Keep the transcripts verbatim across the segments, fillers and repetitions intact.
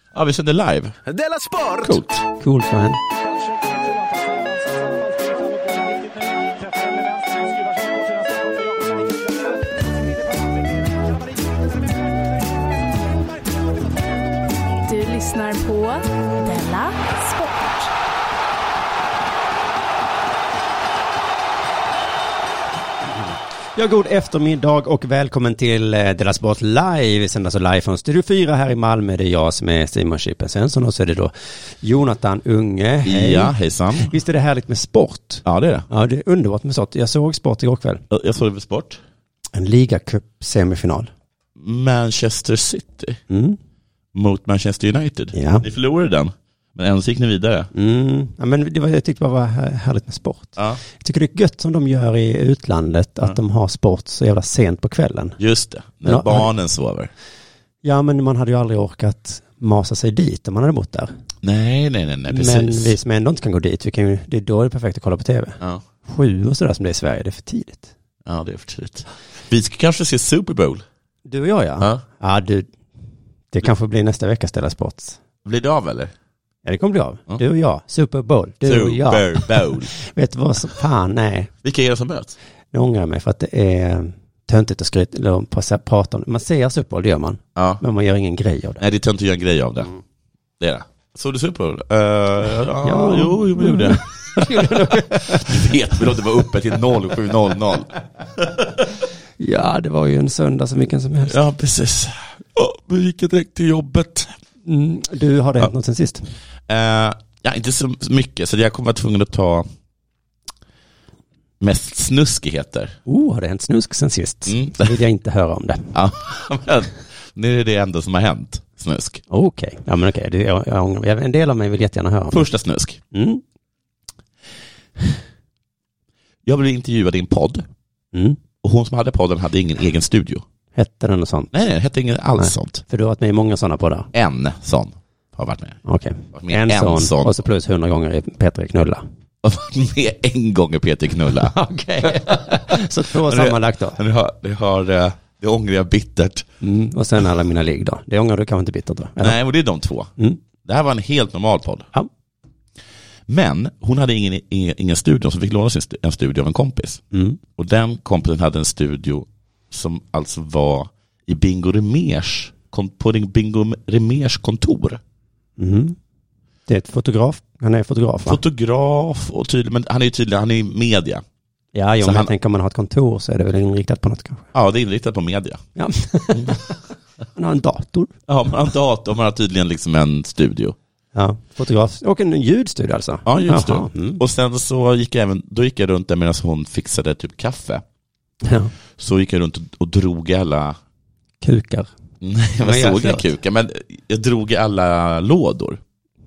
Ja, vi sänder live. Della Sport! Coolt. Coolt för henne. Du lyssnar på Della Sport. Ja, god eftermiddag och välkommen till Della Sport Live. Vi sänder alltså live från Studio fyra här i Malmö. Det är jag som är Simon Chippen Svensson och så är det då Jonathan Unge. Hej. Ja, hejsan. Visst är det härligt med sport? Ja, det är det. Ja, det är underbart med sport. Jag såg sport igår kväll. Jag såg det sport. En ligacup-semifinal. Manchester City Mm. mot Manchester United. Ja. Ni förlorade den, men ändå gick ni vidare. Mm. Ja, men det var, jag tyckte bara var härligt med sport. Ja. Jag tycker det är gött som de gör i utlandet att Ja. de har sport så jävla sent på kvällen. Just det, när Ja, barnen sover. Ja, men man hade ju aldrig orkat masa sig dit om man hade bott där. Nej, nej, nej, nej precis. Men vi som ändå inte kan gå dit, vi kan ju, det är då det är perfekt att kolla på tv. Ja. Sju och sådär som det är i Sverige, det är för tidigt. ja, det är för tidigt. Vi ska kanske se Super Bowl. Du och jag, ja. Ja. Ja, du, det kanske blir nästa vecka Ställa Sport. Blir det av, eller? Ja, det kommer bli av. Ja. Du och jag, Super Bowl, du och jag. Super Bowl. Vet du vad, så, fan nej. Vilka är det som möts? Nu ångrar jag mig för att det är töntigt att skryta, eller prata om det. Man ser Super Bowl, det gör man. Ja. Men man gör ingen grej av det. Nej, det är inte att göra en grej av det. Mm. Det är det. Så du Super Bowl? Uh, ja, Ja. jo, jo, gjorde det. Du vet väl att det var uppe till noll sju noll noll. Ja, det var ju en söndag som vilken som helst. Ja, precis. Oh, vi gick direkt till jobbet. Mm, du, har det hänt Ja. något sen sist? Uh, ja, inte så mycket. Så jag kommer vara tvungen att ta mest snuskigheter. Oh, har det hänt snusk sen sist? Mm. Då vill jag inte höra om det. Ja, men nu är det enda som har hänt. Snusk. Okej, okay. Ja men okej, okay. jag, jag ångrar mig. En del av mig vill jättegärna höra om Första snusk. det. Mm. Jag blev intervjuad i en podd. Mm. Och hon som hade podden hade ingen egen studio. Hette den och sånt? Nej, det hette ingen alls Nej. sånt. För du har varit med i många sådana poddar? En sån har varit med. Okej. Varit med En, en sån, sån. och så plus hundra gånger i Peter Knulla. Och varit med en gång i Peter Knulla. Okej. Så två Men det- sammanlagt då. Det har, det har, eh, det ångrar jag bittert. Mm. Och sen alla mina ligg då. Det ångrar du kanske inte bittert då? Eller? Nej, och det är de två. Mm. Det här var en helt normal podd. Ja. Men hon hade ingen, ingen, ingen studio, så fick låna sin stu- en studio av en kompis. Mm. Och den kompisen hade en studio som alltså var i Bingo Rimérs, kon- på din Bingo Rimérs kontor. Mm. Det är ett fotograf. Han är fotograf, va? Fotograf och tydlig, men han är ju tydlig, han är i media. Ja, jo, Så men han- jag tänker om man har ett kontor så är det väl inriktat på något kanske. Ja, det är inriktat på media. Ja. Han har en dator. Ja, man har en dator, man har tydligen liksom en studio. Ja, fotograf. Och en ljudstudio alltså. Ja, just det. Jaha. Mm. Och sen så gick jag även, då gick jag runt där medan hon fixade typ kaffe. Ja. Så gick jag runt och, och drog i alla, Kukar. nej jag Men jag såg förlåt. en kuka, men jag drog i alla lådor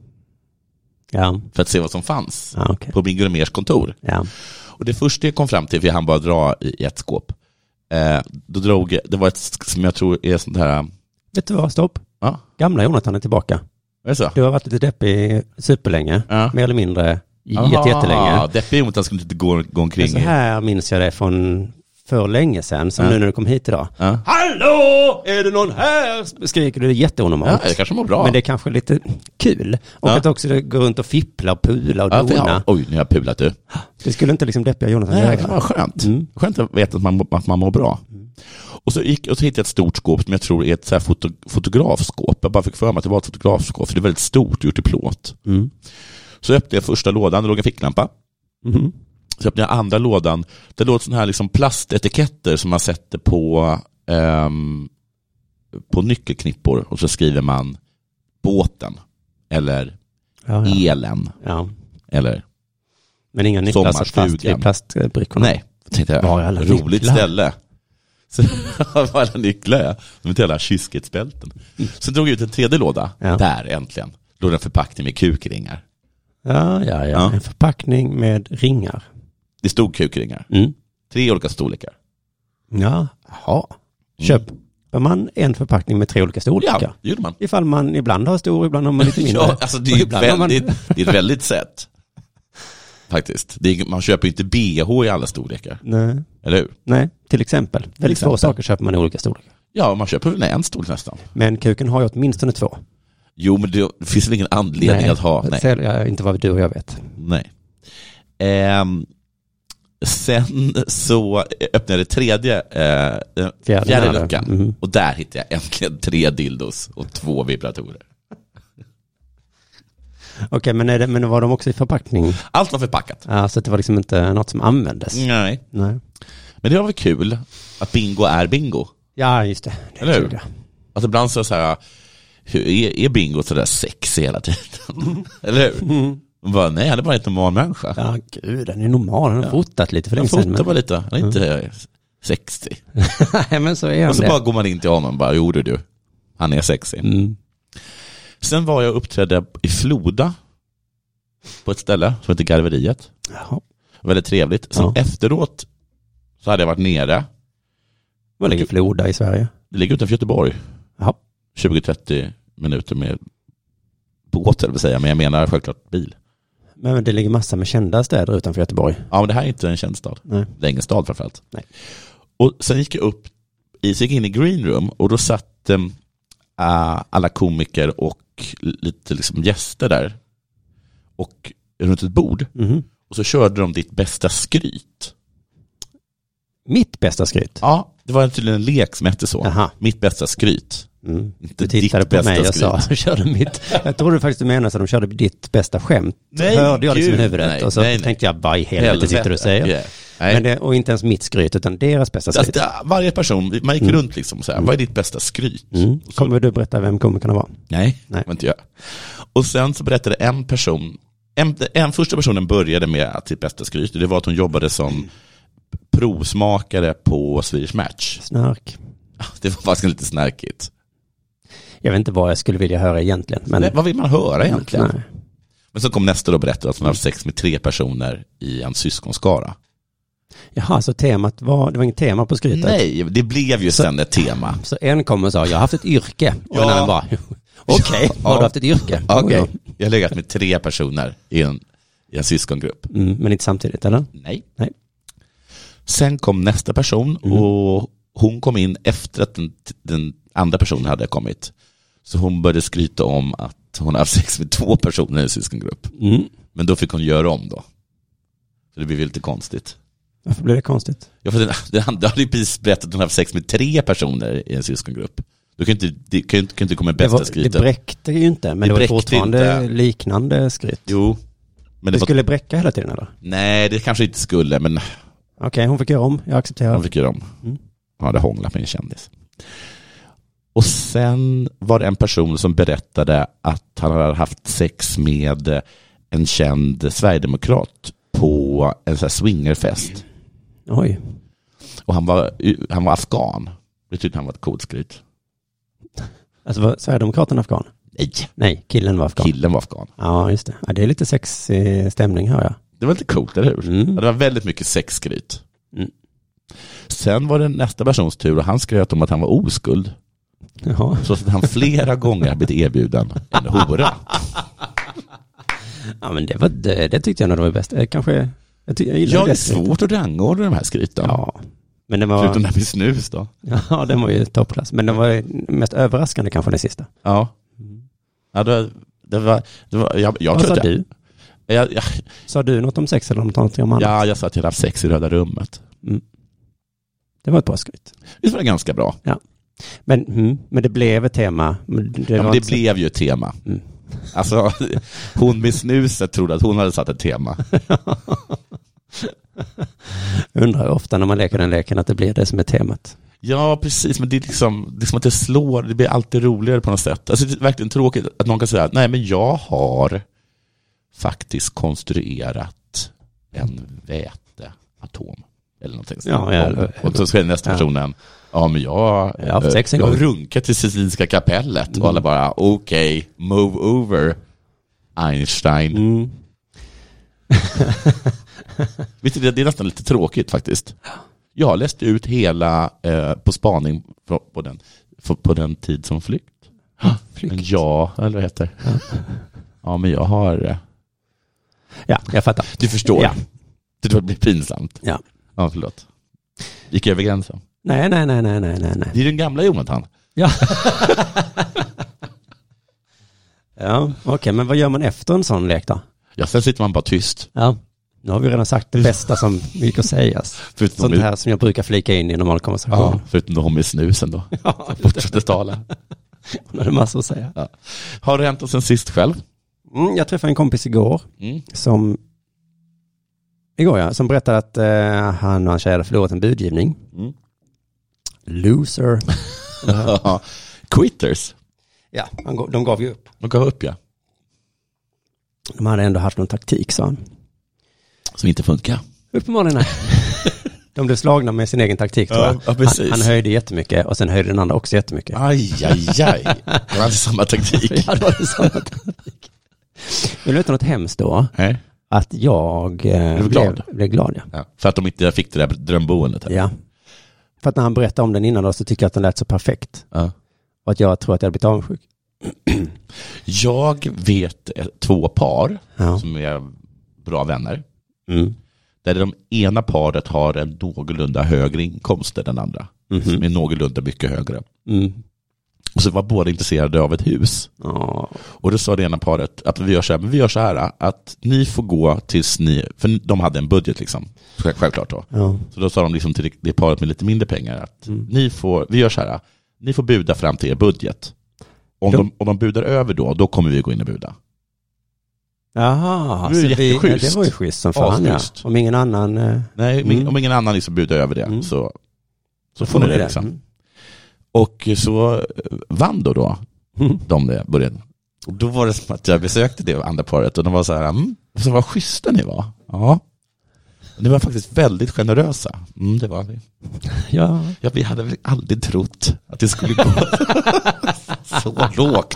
Ja, för att se vad som fanns ja okej. på Bingo Rimérs kontor. Ja. Och det första jag kom fram till, för jag hann bara dra i ett skåp, eh, då drog jag, det var ett som jag tror är sånt här, Vet du vad, stopp. ja, Gamla Jonathan är tillbaka. är det så? Du har varit lite deppig superlänge. Ja. Mer eller mindre Aha, jätte, jättelänge. deppig emot att han skulle inte gå, gå omkring Så i. här minns jag det från för länge sedan, som Ja. nu när du kom hit idag. Ja. Hallå! Är det någon här? Skriker du, det är jätteonormalt. Ja, det kanske mår bra. Men det är kanske lite kul. Och Ja. att också det går runt och fippla och pula och Ja, för, dona. ja, oj, nu har jag pulat du. Det skulle inte liksom deppiga Jonathan Nej, det göra. var skönt. Mm. Skönt att veta att man, att man mår bra. Och så, gick, och så hittade jag ett stort skåp som jag tror är ett så här foto, fotografskåp. Jag bara fick för mig att det var ett fotografskåp, för det är väldigt stort, gjort i plåt. Mm. Så öppnade jag första lådan, det låg en ficklampa. Mm. Så öppnade jag andra lådan, det låg sådana här liksom plastetiketter som man sätter på, ehm, på nyckelknippor. Och så skriver man båten, eller Ja, ja. elen, Ja. eller Men inga nycklar satt fast Sommarstugan. i plastbrickorna. nej, tänkte jag, Var är alla roligt nycklar? ställe. Så var alla nycklar, de inte alla kyskhetsbälten. Så drog jag ut en tredje låda, Ja. där äntligen låg en förpackning med kukringar. Ja, ja, ja. Ja. En förpackning med ringar. Det stod kukringar, Mm. tre olika storlekar. Ja, jaha. Köper man en förpackning med tre olika storlekar? Ja, det gjorde man. Ifall man ibland har stor, ibland har man lite mindre. Ja, alltså det är, Och ju ibland har man- väldigt, det är ett väldigt sätt. Faktiskt. Det är, man köper inte B H i alla storlekar. Nej. Eller hur? Nej, till exempel. Väldigt få exempel. saker köper man i olika storlekar. Ja, man köper väl en storlek nästan. Men kuken har ju åtminstone två. Jo, men det finns väl ingen anledning nej, att ha. Nej, Sälj, ja, inte vad du och jag vet. nej. Ehm, sen så öppnade det tredje eh, fjärde, fjärde luckan. Mm. Och där hittade jag äntligen tre dildos och två vibratorer. Okej, okay, men, är det, men var de också i förpackning? Allt var förpackat. Ja, så det var liksom inte något som användes. Nej. Nej. Men det var väl kul att bingo är bingo. Ja, just det. det Eller hur? Det. Alltså ibland så, så här, hur, är, är bingo så där sexig hela tiden? Eller hur? Mm. Bara, nej, han är bara inte normal människa. Ja, gud, den är normal. Han har ja. fotat lite för länge sedan. Han fotar bara lite. Han är inte mm. sexig. Nej, men så är han. Och så det. bara går man in till honom och bara, jo du, du. Han är sexig. Mm. Sen var jag och uppträdde i Floda på ett ställe som heter Garveriet. Jaha. Väldigt trevligt. Sen ja. efteråt så hade jag varit nere. Var ligger Floda i Sverige? Det ligger utanför Göteborg. Jaha. tjugo till trettio minuter med båt, eller vill säga, men jag menar självklart bil. Men det ligger massa med kända städer utanför Göteborg. Ja, men det här är inte en känd stad. Nej. Det är ingen stad framförallt. Nej. Och sen gick jag upp, i, så gick in i green room och då satt äh, alla komiker och lite liksom gäster där. Och runt ett bord. Mm-hmm. Och så körde de ditt bästa skryt. Mitt bästa skryt? Ja, det var tydligen en lek som hette så. Aha. Mitt bästa skryt. Mm. Du tittade på mig och sa de körde mitt. Jag trodde faktiskt du menade att de körde ditt bästa skämt. Nej, hörde jag liksom i huvudet nej, och så nej, tänkte jag, vad i helvete sitter du och säger. Yeah. Men det, och inte ens mitt skryt utan deras bästa skryt. Alltså, varje person, man gick mm. runt liksom och så här, vad är ditt bästa skryt? Mm. Kommer du berätta vem komikerna var? Nej, nej. Inte jag. Och sen så berättade en person, en, en första personen började med att sitt bästa skryt, det var att hon jobbade som provsmakare på Swedish Match. Snark. Det var faktiskt lite snarkigt. Jag vet inte vad jag skulle vilja höra egentligen. Men... Nej, vad vill man höra egentligen? Nej. Men så kom nästa då berätta att hon hade sex med tre personer i en syskonskara. Jaha, så temat var, det var inget tema på skrytet? Nej, det blev ju så, sen ett tema. Så en kom och sa, jag har haft ett yrke. Och ja. En annan bara, okej, okay, ja. Har du haft ett yrke? Okej, okay. Jag har legat med tre personer i en, i en syskongrupp. Mm, men inte samtidigt, eller? Nej. Nej. Sen kom nästa person mm. och hon kom in efter att den, den andra personen hade kommit. Så hon började skryta om att hon hade haft sex med två personer i en syskongrupp. Mm. Men då fick hon göra om då. Så det blev lite konstigt. Varför blev det konstigt? Ja, för den, den andra hade ju precis berättat att hon hade haft sex med tre personer i en syskongrupp. Då kan inte, det kan inte, kan inte komma bästa skrytet. Det bräckte ju inte, men det, det var fortfarande inte. Liknande skryt. Jo. Men det, det var... skulle bräcka hela tiden, eller? Nej, det kanske inte skulle, men... Okej, okay, hon fick göra om. Jag accepterar. Hon fick göra om. Mm. Hon hade hånglat med en kändis. Och sen var det en person som berättade att han hade haft sex med en känd sverigedemokrat på en sån här swingerfest. Oj. Och han var, han var afghan. Det tyckte han var ett coolt skryt. Alltså var Sverigedemokraten afghan? Nej. Nej, killen var afghan. Killen var afghan. Ja, just det. Ja, det är lite sexig stämning här, ja. Det var lite coolt, eller hur? Mm. Ja, det var väldigt mycket sexskryt. Mm. Sen var det nästa persons tur och han skröt om att han var oskuld. Jaha. Så att han flera gånger blivit erbjuden en hora. Ja, men det, var, det, det tyckte jag nog var bäst. Kanske, jag, ty, jag gillar ja, det är skryt. svårt att rangordna de här skryten. Ja. Men det var... Förutom den med snus då. Ja, den var ju toppklass. Men den var mest överraskande kanske den sista. Ja. Ja, det var... Det var, det var jag, jag Vad sa jag, du? Jag, jag, sa du något om sex eller något annat om annat? Ja, jag sa att jag hade haft sex i Röda rummet. Mm. Det var ett bra skryt. Det var ganska bra. Ja. Men, mm, men det blev ett tema. Men det, ja, men det blev ju ett tema. Mm. Alltså, hon med snuset trodde att hon hade satt ett tema. Jag undrar ofta när man leker den leken att det blir det som är temat. Ja, precis. Men det är liksom, det är som att det slår. Det blir alltid roligare på något sätt. Alltså, det är verkligen tråkigt att någon kan säga nej, men jag har faktiskt konstruerat en väteatom. Eller någonting. Ja, ja, och så säger nästa personen ja. Ja, men jag, jag har sex en jag gång. runkat till Sicilianska kapellet. Mm. Och alla bara, okej, okay, move over Einstein. Mm. Vet du, det är nästan lite tråkigt faktiskt. Jag läste ut hela eh, på spaning på, på, den, på den tid som flykt. Flykt. Men ja, eller vad heter ja. Ja, men jag har... Eh... Ja, jag fattar. Du förstår. Ja. Det blir pinsamt. Ja. Ja, förlåt. Gick jag över gränsen? Nej, nej, nej, nej, nej, nej. Det är den gamla Jonathan. Ja. Ja, okej, okay, men vad gör man efter en sån lek då? Ja, sen sitter man bara tyst. Ja, nu har vi redan sagt det bästa som gick att sägas. Förutom Sånt här som jag brukar flika in i normal konversation. Ja, förutom de med snusen då. Ja, fortsätter tala. Hon hade massor att säga. Ja. Har det hänt oss sen sist själv? Mm, jag träffade en kompis igår Mm. som igår ja, som berättade att uh, han och hans tjej hade förlorat en budgivning. Mm. Loser. Quitters. Ja, han, de gav ju upp. De gav upp, ja. De hade ändå haft någon taktik, sa han. Som inte funkar. Uppenbarligen nej. De blev slagna med sin egen taktik, tror jag. Ja, ja, precis. Han, han höjde jättemycket och sen höjde den andra också jättemycket. Aj, aj, aj. Det var inte samma taktik. Ja, det var det samma taktik. Vill du veta något hemskt då? Nej. Att jag eh, blev glad. Blev, blev glad, ja. Ja, för att de inte fick det där drömboendet. Här. Ja. För att när han berättade om den innan då, så tycker jag att den lät så perfekt. Ja. Och att jag tror att jag hade blivit avundsjuk. Jag vet två par Ja. som är bra vänner. Mm. Där de ena paret har en någorlunda högre inkomst än den andra. Mm-hmm. Som är någorlunda mycket högre. Mm. Och så var båda intresserade av ett hus. Ja. Och då sa det ena paret att vi gör så här, men vi gör så här att ni får gå tills ni, för de hade en budget liksom, självklart då. Ja. Så då sa de liksom till det paret med lite mindre pengar att Mm. ni får, vi gör så här, ni får buda fram till er budget. Om, Ja. de, om de budar över då, då kommer vi gå in och buda. Jaha, Det är så vi, ja, jätteschysst. det var ju schysst som fan, ja. Asschysst. Om ingen annan... Eh, Nej, Mm. om ingen annan liksom budar över det Mm. så, så får ni det liksom. Mm. Och så vann då då Mm. de det började. Och då var det som att jag besökte det andra paret och de var så här, mm, så vad schyssta ni var. Ja. Ni var faktiskt väldigt generösa. Mm, det var vi. Ja. Ja, vi hade väl aldrig trott att det skulle gå så lågt.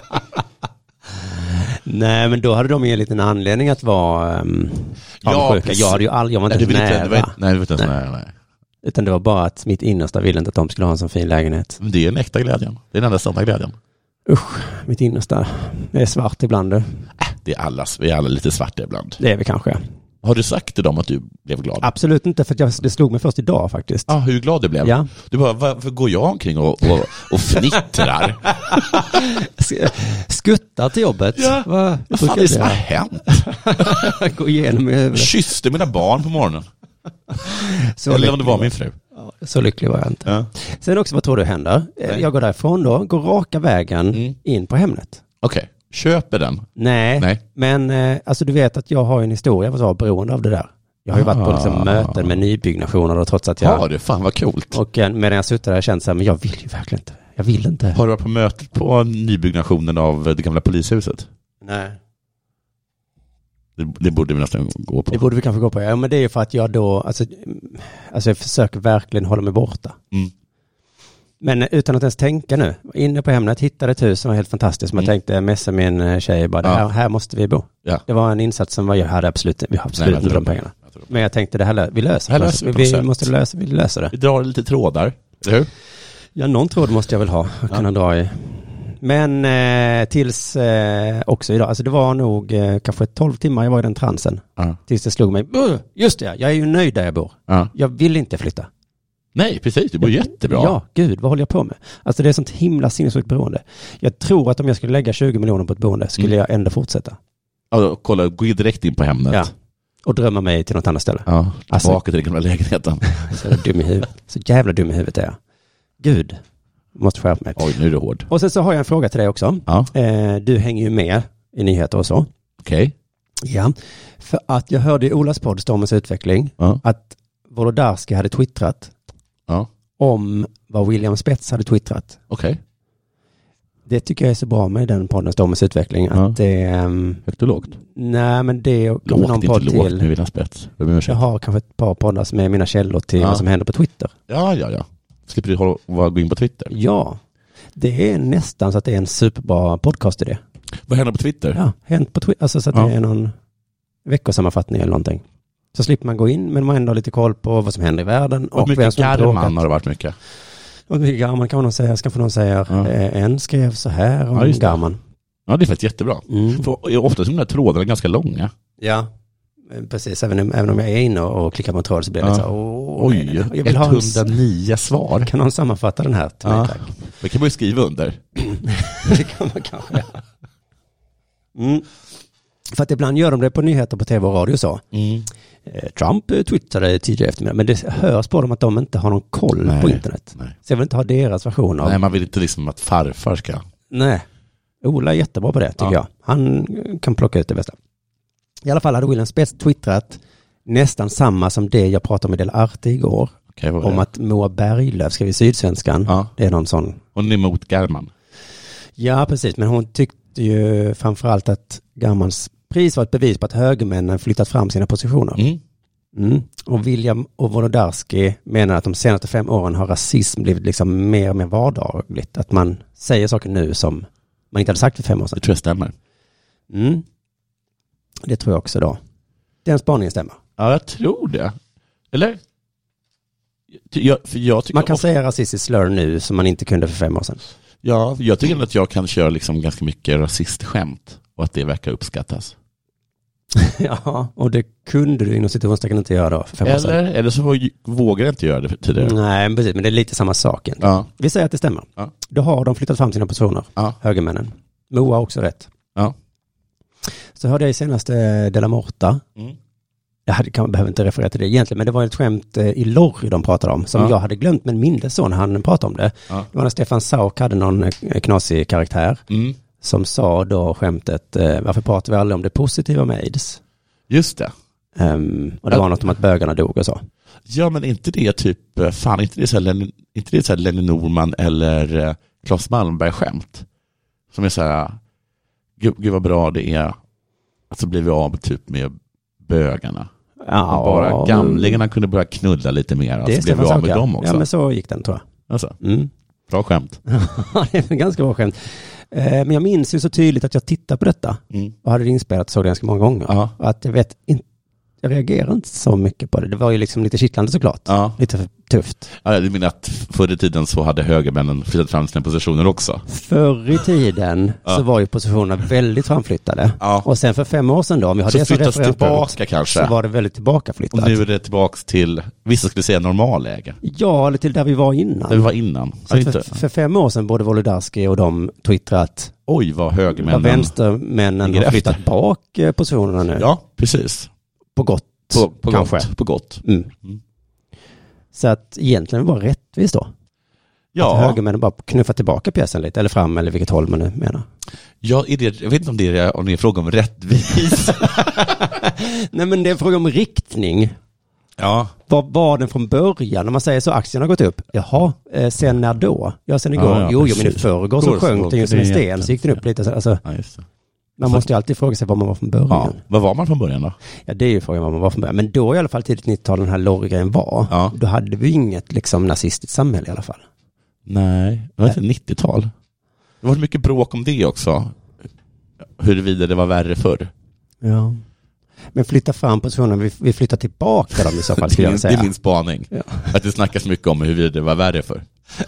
Nej, men då hade de ju en liten anledning att vara um, Ja, avundsjuka. precis. Jag hade ju aldrig, jag var inte Nej, ens det var inte, det nära. var, nej, det var inte ens Nej. nära, nej. Utan det var bara att mitt innersta ville inte att de skulle ha en sån fin lägenhet. Men det är en äkta glädjen. Det är den enda sanna glädjen. Usch, mitt innersta. Det är svart ibland. Du. Det är allas, vi är alla lite svarta ibland. Det är vi kanske. Har du sagt till dem att du blev glad? Absolut inte, för att jag, det slog mig först idag faktiskt. Ja, ah, hur glad du blev? Ja. Du bara, varför går jag omkring och, och, och fnittrar? Skuttar till jobbet. Ja. Vad Vad fan är det som har hänt? Gå igenom i huvudet. Kysste mina barn på morgonen. Så Eller om lycklig det var var- min fru. Ja, så lycklig var jag inte. Ja. Sen också, vad tror du händer? Nej. Jag går därifrån då, går raka vägen Mm. in på Hemnet. Okej, köper den. Nej, Nej. men eh, alltså du vet att jag har en historia av att vara beroende av det där. Jag har ju varit på liksom, Ah. möten med nybyggnationer och trots att jag... Ja, det fan vad coolt. Och eh, medan jag suttit där har jag känt så här, men jag vill ju verkligen inte. Jag vill inte. Har du varit på mötet på nybyggnationen av det gamla polishuset? Nej. Det, det borde vi nästan gå på. Det borde vi kanske gå på. Ja, men det är ju för att jag då, alltså, alltså jag försöker verkligen hålla mig borta. Mm. Men utan att ens tänka nu, inne på Hemnet, hittade ett hus som var helt fantastiskt. Som Mm. jag tänkte, messa min eh, tjej, bara, det här, Ja. här måste vi bo. Ja. Det var en insats som var, jag hade absolut, vi har absolut Nej, men inte jag de tror- pengarna. jag tror- Men jag tänkte, det här, lö- vi löser Det det. här löser vi på vi något sätt. måste lösa, vi löser det. Vi drar lite trådar, eller hur? Ja, någon tråd måste jag väl ha att kunna dra i. Men eh, tills eh, också idag, alltså det var nog eh, kanske tolv timmar jag var i den transen. Ja. Tills det slog mig, "Buh, just det, jag är ju nöjd där jag bor. Ja. Jag vill inte flytta. Nej, precis. Det bor jättebra. Ja, gud, vad håller jag på med? Alltså det är sånt himla sinnessjukt beroende. Jag tror att om jag skulle lägga tjugo miljoner på ett boende skulle Mm. jag ändå fortsätta. Ja, kolla, gå direkt in på Hemnet. Ja. Och drömma mig till något annat ställe. Ja, Alltså- tillbaka till den gamla lägenheten. Så jävla dum i huvudet. Så jävla dum i huvudet är jag. Gud, måste skärpa mig. Oj, nu är det hård. Och sen så har jag en fråga till dig också. Ja, Eh, du hänger ju med i nyheter och så. okej. Ja, för att jag hörde i Olas podd Stormens utveckling Ja. att Wolodarski hade twittrat Ja, om vad William Spets hade twittrat. okej. Det tycker jag är så bra med den podden Stormens utveckling. Att Ja. det, um, Högt och lågt. nej men det och Lågt, någon inte podd lågt. till. Nu vill jag spets. Jag ber om ursäkt. Jag har kanske ett par poddar som är mina källor till Ja. vad som händer på Twitter. Ja, ja, ja. Slipper du hålla- vara- gå in på Twitter. Ja, det är nästan så att det är en superbra podcast i det. Vad händer på Twitter? Ja, hänt på Twitter. Alltså så att Ja. det är någon veckosammanfattning eller någonting. Så slipper man gå in, men man ändå har lite koll på vad som händer i världen. Och vem mycket som har Garman bråkat. har det varit mycket. Och mycket Garman kan någon säga, ska få någon säga. Ja. Eh, en skrev så här om Ja, just det. Garman. Ja, det är faktiskt jättebra. Mm. För ofta är de där trådarna ganska långa. Ja, eh, precis. Även, även om jag är inne och klickar på en tråd så blir det Ja. lite så här, åh, Oj, jag vill ha en, etthundranio svar. kan någon sammanfatta den här till Ja. mig, tack? Det kan man ju skriva under. Det kan man kanske. Mm. För att ibland gör de det på nyheter på tv och radio så. Mm. Trump twittrade tidigare eftermiddag, men det hörs på dem att de inte har någon koll nej, på internet. Nej. Så jag vill inte ha deras version av... Nej, man vill inte liksom att farfar ska... Nej. Ola är jättebra på det, tycker ja. jag. Han kan plocka ut det bästa. I alla fall hade William Spets twittrat nästan samma som det jag pratade med Del Arte igår. Okay, om att Moa Berglöf skrev i Sydsvenskan. Ja. Det är någon sån... Hon är emot German. Ja, precis. Men hon tyckte ju framförallt att Germans pris var ett bevis på att högermännen flyttat fram sina positioner. Mm. Mm. Och William och Wolodarski menar att de senaste fem åren har rasism blivit liksom mer och mer vardagligt. Att man säger saker nu som man inte hade sagt för fem år sedan. Det tror jag stämmer. Mm. Det tror jag också då. Den spaningen stämmer. Ja, jag tror det. Eller? Jag, för jag tycker man kan ofta... säga rasistisk slur nu som man inte kunde för fem år sedan. Ja, jag tycker att jag kan köra liksom ganska mycket rasistskämt och att det verkar uppskattas. Ja, och det kunde du inom situationstecken inte göra då för fem år sedan. Eller, eller så vågar jag inte göra det tidigare. Nej, precis, men det är lite samma sak. Ja. Vi säger att det stämmer. Ja. Då har de flyttat fram sina positioner, ja. högermännen. Moa har också rätt. Ja. Så hörde jag i senaste Della Morta. Mm. Jag hade, kan, behöver inte referera till det egentligen, men det var ett skämt i Lorry de pratade om, som ja. jag hade glömt, men mindes så när han pratade om det. Ja. Det var när Stefan Sauk hade någon knasig karaktär mm. som sa då skämtet, varför pratar vi aldrig om det positiva med AIDS? Just det. Um, och det var något om att bögarna dog och så. Ja, men inte det typ, fan, inte det så här, Lenny, inte det så här Lenny Norman eller uh, Claes Malmberg-skämt. Som är så här, gud, gud vad bra det är att så blir vi av typ med bögarna. Ja, bara gamlingarna kunde börja knulla lite mer. Det så blev vi av med dem också. Ja, men så gick den, tror jag. Alltså, mm. bra skämt. Ja, det är en ganska bra skämt. Eh, men jag minns ju så tydligt att jag tittade på detta. Mm. Och hade det inspelat så ganska många gånger. Ja. Att jag vet inte, jag reagerar inte så mycket på det. Det var ju liksom lite kittlande såklart. Ja. Lite för tufft. Ja, jag menar att förr i tiden så hade högermännen flyttat fram sina positioner också. Förr i tiden ja. så var ju positionerna väldigt framflyttade. Ja. Och sen för fem år sedan då, om vi har så det som flyttas tillbaka kanske. Så var det väldigt tillbakaflyttat. Och nu är det tillbaka till, vissa skulle säga normalläge. Ja, eller till där vi var innan. Där vi var innan. Så inte... för, för fem år sedan borde Wolodarski och de twittrat. Oj, vad högermännen. Vad vänstermännen har flyttat efter. Bak positionerna nu. Ja, precis. På gott. På, på kanske. Gott. På gott. Mm. Mm. Så att egentligen var det rättvist då. Ja. Att högermännen bara knuffar tillbaka pjäsen lite. Eller fram, eller vilket håll man nu menar. Ja, är det, jag vet inte om det är, om det är fråga om rättvis. Nej, men det är en fråga om riktning. Ja. Vad var den från början? När man säger så, aktien har gått upp. Jaha, eh, sen när då? Ja, sen igår. Ja, ja, jo, jo, men i förrgår så sjönk den ju som en sten. Så gick den upp lite. Alltså, ja, just det. Man måste ju alltid fråga sig vad man var från början. Ja, vad var man från början då? Ja, det är ju frågan vad man var från början. Men då i alla fall tidigt nittiotal den här Lorry-grejen var. Ja. Då hade vi inget liksom nazistiskt samhälle i alla fall. Nej, det var inte nittiotal. Det var mycket bråk om det också. Huruvida det var värre förr. Ja. Men flytta fram positionen, vi, vi flyttar tillbaka dem i så fall, skulle jag säga. Det är min spaning. Ja. Att det snackas mycket om huruvida det var värre förr.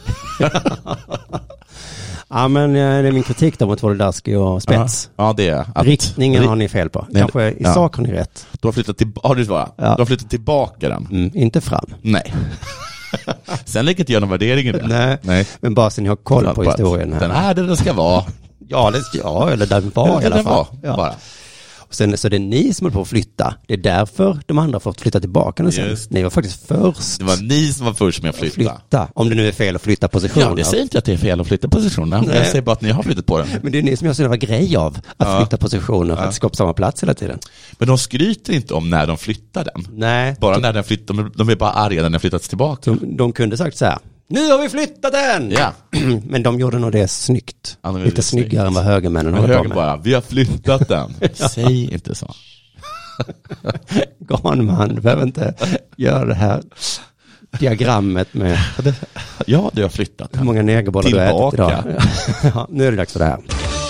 Ja, men det är min kritik då mot Wolodarski och Spets. Ja, det är att... Riktningen har ni fel på. Kanske i ja. sak har ni rätt. Du har flyttat, till... har du ja. du har flyttat tillbaka den. Mm, inte fram. Nej. Sen lägger inte jag någon värdering i det. Nej, Nej. Men bara så ni har koll på, på historien här. Den är där den ska vara. Ja, det ska, ja, eller den var i alla fall. Var, ja. bara. Och sen, så det är ni som håller på att flytta. Det är därför de andra får flytta tillbaka nu sen. Ni var faktiskt först. Det var ni som var först med att flytta. flytta. Om det nu är fel att flytta positionen. Ja, det säger inte att det är fel att flytta positionen. Jag säger bara att ni har flyttat på den. Men det är ni som gör sådana grej av att ja. flytta positioner. Ja. Att skapa samma plats hela tiden. Men de skryter inte om när de flyttar den. Nej. Bara de, när den flyttar. De, de är bara arga när den flyttats tillbaka. De, de kunde sagt så här. Nu har vi flyttat den! Ja. Men de gjorde nog det snyggt. Ja, lite snyggare snyggt. Än vad högermännen håller höger på med. Bara, vi har flyttat den. Ja. Säg inte så. Garnman, du behöver inte göra det här diagrammet med... Ja, du har flyttat den. Hur många negerbollar du har ätit idag. Ja, nu är det dags för det här.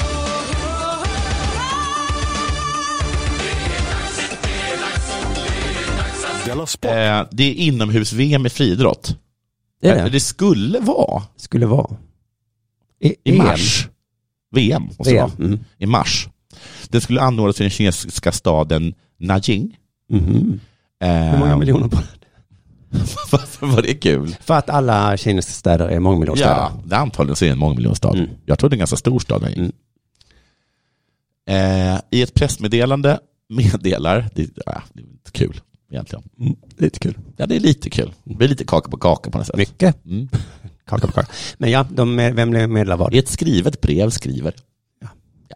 Eh, det är inomhus-V M i friidrott. Det, är det. det skulle vara. Skulle vara. I, I mars. V M. V M. Mm. I mars. Det skulle anordnas i den kinesiska staden Nanjing. Mm. Eh, Hur många miljoner på det? Varför var det kul? För att alla kinesiska städer är mångmiljonstäder. Ja, det är antagligen så är en mångmiljonstad. Mm. Jag tror det är en ganska stor stad. Mm. Eh, I ett pressmeddelande meddelar, det, ja, det är inte kul egentligen. Mm, lite kul. Ja, det är lite kul. Det blir lite kaka på kaka på något sätt. Mycket. Mm. Kaka på kaka. Men ja, de, vem meddelar vad? I ett skrivet brev skriver. Ja. Ja.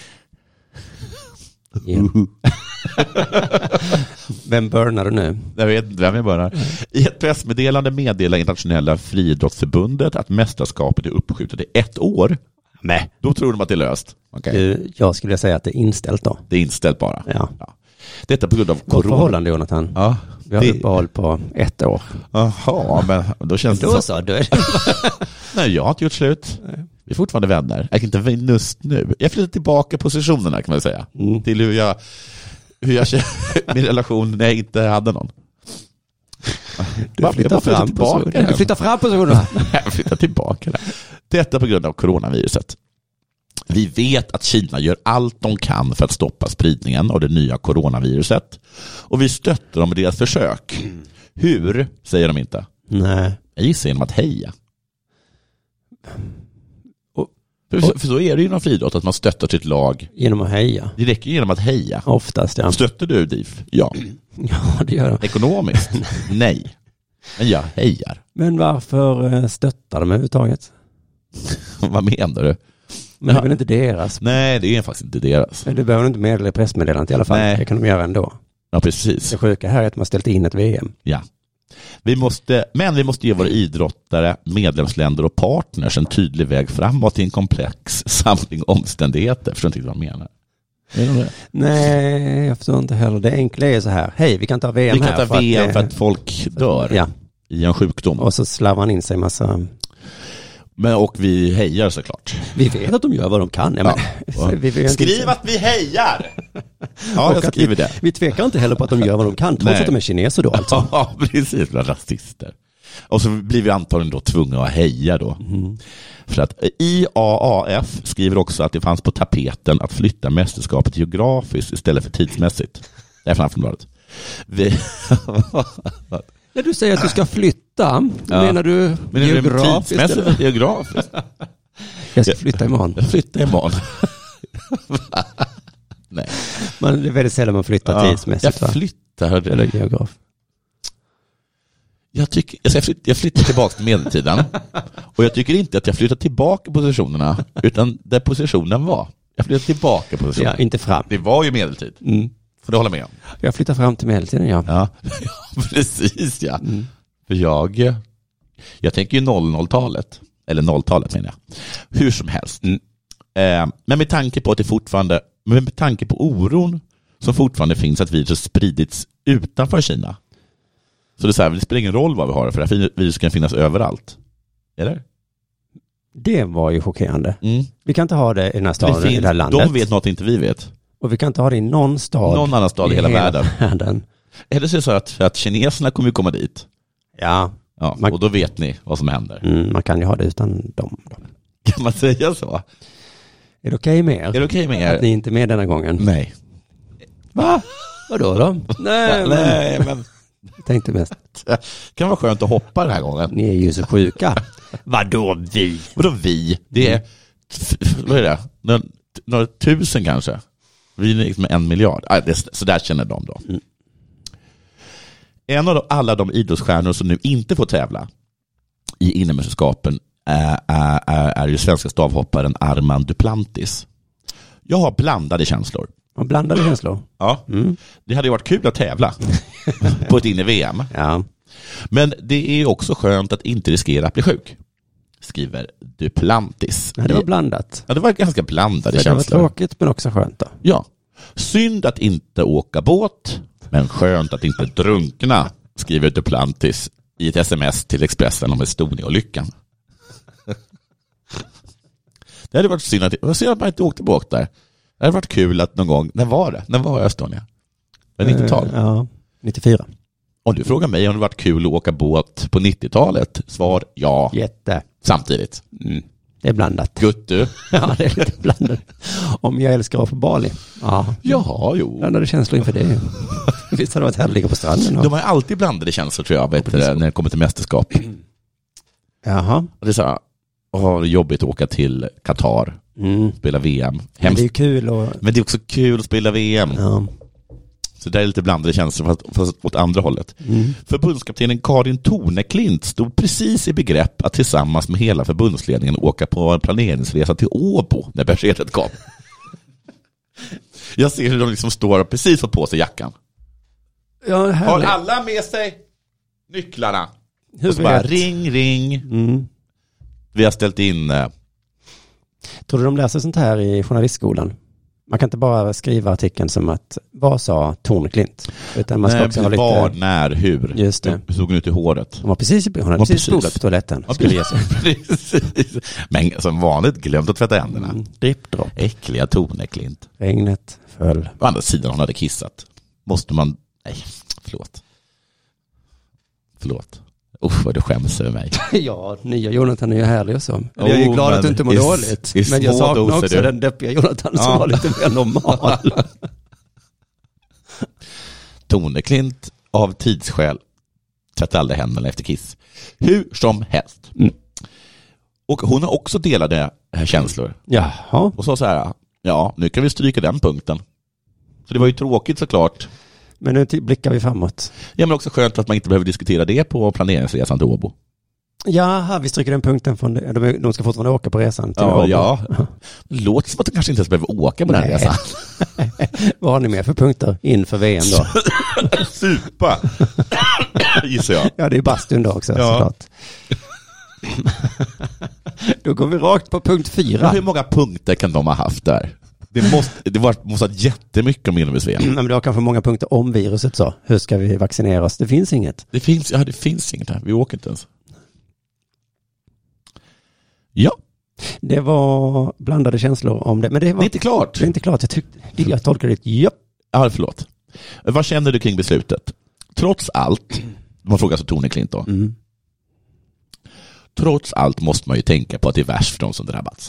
Yeah. Vem börnar du nu? Jag vet inte vem jag börjar. I ett pressmeddelande meddelar Internationella friidrottsförbundet att mästerskapet är uppskjutet i ett år. Nej. Då tror de att det är löst. Okay. Jag skulle säga att det är inställt då. Det är inställt bara. Ja. Ja. Detta på grund av corona. Vårt förhållande, Jonathan. Ja. Vi har det... uppehåll på ett år. Jaha, men då känns men då det så. så då är det... Nej, jag har inte gjort slut. Nej. Vi är fortfarande vänner. Jag kan inte vara just nu. Jag flyttar tillbaka positionerna kan man säga. Mm. Till hur jag, hur jag känner min relation när jag inte hade någon. Du flyttar fram tillbaka. Du flyttar fram positionerna. Jag flyttar tillbaka. Detta på grund av coronaviruset. Vi vet att Kina gör allt de kan för att stoppa spridningen av det nya coronaviruset. Och vi stöttar dem i deras försök. Mm. Hur, säger de inte. Nej. Jag gissar genom att heja. Och, för, och, för så är det ju inom friidrott att man stöttar sitt lag. Genom att heja. Det räcker genom att heja. Oftast, ja. Stöttar du, Div? Ja. Ja, det gör jag. Ekonomiskt? Nej. Men jag hejar. Men varför stöttar de överhuvudtaget? Vad menar du? Men det är väl inte deras? Nej, det är faktiskt inte deras. Du behöver inte meddela i pressmeddelandet i alla fall. Nej. Det kan de göra ändå. Ja, precis. Det sjuka här är att man ställt in ett V M. Ja. Vi måste, men vi måste ge våra idrottare, medlemsländer och partners en tydlig väg framåt i en komplex samling omständigheter. Förstår inte vad jag menar. Det? Nej, jag förstår inte heller. Det enkla är så här. Hej, vi kan ta V M här. Vi kan ta V M för att, för att folk dör ja. i en sjukdom. Och så slavar man in sig massa... Men, och vi hejar såklart. Vi vet att de gör vad de kan. Ja, men, vi vet skriv inte... att vi hejar! Ja, jag skriver vi, det. Vi tvekar inte heller på att de gör vad de kan, trots Nej. att de är kineser då alltså. Ja, precis. Rasister. Och så blir vi antagligen då tvungna att heja då. Mm. För att I A A F skriver också att det fanns på tapeten att flytta mästerskapet geografiskt istället för tidsmässigt. Det är från Aftonbladet. Vi... När du säger att du ska flytta, ja. menar du men geografiskt? Eller? Geografiskt. Jag ska flytta imorgon. Jag flyttar imorgon. Nej. Men det är väldigt sällan man flyttar ja. tidsmässigt. Jag flyttar. Va? Eller geograf. Jag, tycker, jag, flytt, jag flyttar tillbaka till medeltiden. Och jag tycker inte att jag flyttar tillbaka positionerna, utan där positionen var. Jag flyttar tillbaka positionen. Ja, inte fram. Det var ju medeltid. Mm. Får du hålla med om? Jag flyttar fram till medeltiden, ja. Ja, ja precis, ja. Mm. För jag, jag tänker ju noll noll-talet. Eller nolltalet menar jag. Hur som helst. Mm. Eh, men med tanke på att det fortfarande, men med tanke på oron som fortfarande finns att viruset spridits utanför Kina. Så det är så här, det spelar ingen roll vad vi har, för det här viruset kan finnas överallt. Eller? Det var ju chockerande. Mm. Vi kan inte ha det i den här staden, finns, i det här landet. De vet något inte vi vet. Och vi kan inte ha det i någon stad. Någon annan stad i hela, hela världen. världen. Är det så att, att kineserna kommer komma dit? Ja. Ja man, och då vet ni vad som händer. Mm, man kan ju ha det utan dem. Kan man säga så? Är det okej med er? Är det okej med er? Att ni inte är med denna gången? Nej. Va? Vadå då? Nej, nej, men... Tänkte mest. Det kan vara skönt att hoppa den här gången. Ni är ju så sjuka. Vadå vi? Vadå vi? Det är, vad är det? Några, några tusen kanske. Vi är liksom en miljard. Ah, det, så där känner de då. Mm. En av de, alla de idrottsstjärnor som nu inte får tävla i innemästerskapen är, är, är, är ju svenska stavhopparen Armand Duplantis. Jag har blandade känslor. Och blandade känslor? Ja. Mm. Det hade ju varit kul att tävla på ett inne-V M. Ja. Men det är också skönt att inte riskera att bli sjuk, skriver Duplantis. Ja, det var blandat. Ja, det var ganska blandade så känslor. Det var tråkigt men också skönt då. Ja. Synd att inte åka båt, men skönt att inte drunkna, skriver Duplantis i ett sms till Expressen om Estonia-olyckan. Det hade varit synd att, vad synd att man inte åkte båt där. Det hade varit kul att någon gång, när var det? När var Estonia? Var det nittiotal? Ja, nittiofyra. Om du frågar mig om det varit kul att åka båt på nittiotalet, svar ja. Jätte. Samtidigt. Mm. Det är blandat. Gutt du. Ja, det är lite blandat. Om jag älskar att på Bali. Ja. Jaha, jo. Blandade känslor inför det. Visst hade det varit härligt att ligga på stranden. Och... De har alltid blandade känslor tror jag, vet det, när det kommer till mästerskap. Jaha. Det är så här, oh, det är jobbigt att åka till Qatar Mm. Spela V M. Hemskt. Men det är ju kul. Och... Men det är också kul att spela V M. Ja. Så det är lite blandade känslor fast, fast åt andra hållet. Mm. Förbundskaptenen Karin Torneklint stod precis i begrepp att tillsammans med hela förbundsledningen åka på en planeringsresa till Åbo när beskedet kom. Jag ser hur de liksom står och precis får på sig jackan. Ja, har alla med sig nycklarna? Hur och så bara ring, ring. Mm. Vi har ställt in... Eh... Tror du de läser sånt här i journalistskolan? Man kan inte bara skriva artikeln som att vad sa Torneklint? Utan man ska Nej, också ha lite... Var, när, hur? Just det. Hur såg hon ut i håret? Hon var precis, hon hade precis spolat på toaletten. Ja, precis. Men som vanligt glömt att tvätta händerna. Mm, Drippdropp. Äckliga Torneklint. Regnet föll. Å andra sidan hon hade kissat. Måste man... Nej, förlåt. Förlåt. Usch vad du skäms över mig. Ja, nya Jonathan är ju härlig och så. Oh, jag är ju glad att du inte mår is, dåligt. Is men jag saknar också du. Den deppiga Jonathan ja. Som var lite mer normal. Torneklint av tidsskäl tvättade aldrig händerna efter kiss. Hur som helst. Mm. Och hon har också delade känslor. Jaha. Och sa så här, ja, nu kan vi stryka den punkten. Så det var ju tråkigt såklart. Men nu blickar vi framåt. Ja, men också skönt att man inte behöver diskutera det på planeringsresan till Åbo. Ja, vi stryker den punkten från det. De, de ska fortfarande åka på resan till ja, Åbo. Ja, det låter som att de kanske inte ens behöver åka på den här resan. Vad har ni med för punkter inför V M då? Supa, gissar jag. Ja, det är bastun då också, ja. Såklart. Då går vi rakt på punkt fyra. Men hur många punkter kan de ha haft där? Det måste, det var, måste ha jättemycket om inomhus-V M. Men det har kanske många punkter om viruset så. Hur ska vi vaccinera oss? Det finns inget. Det finns, ja, det finns inget här. Vi åker inte ens. Ja. Det var blandade känslor om det. Men det, var, det är inte klart. Det är inte klart. Jag, tyckte, jag tolkar det. Ja. Ja, förlåt. Vad känner du kring beslutet? Trots allt, man frågar så Torneklint då. Mm. Trots allt måste man ju tänka på att det är värst för de som drabbats.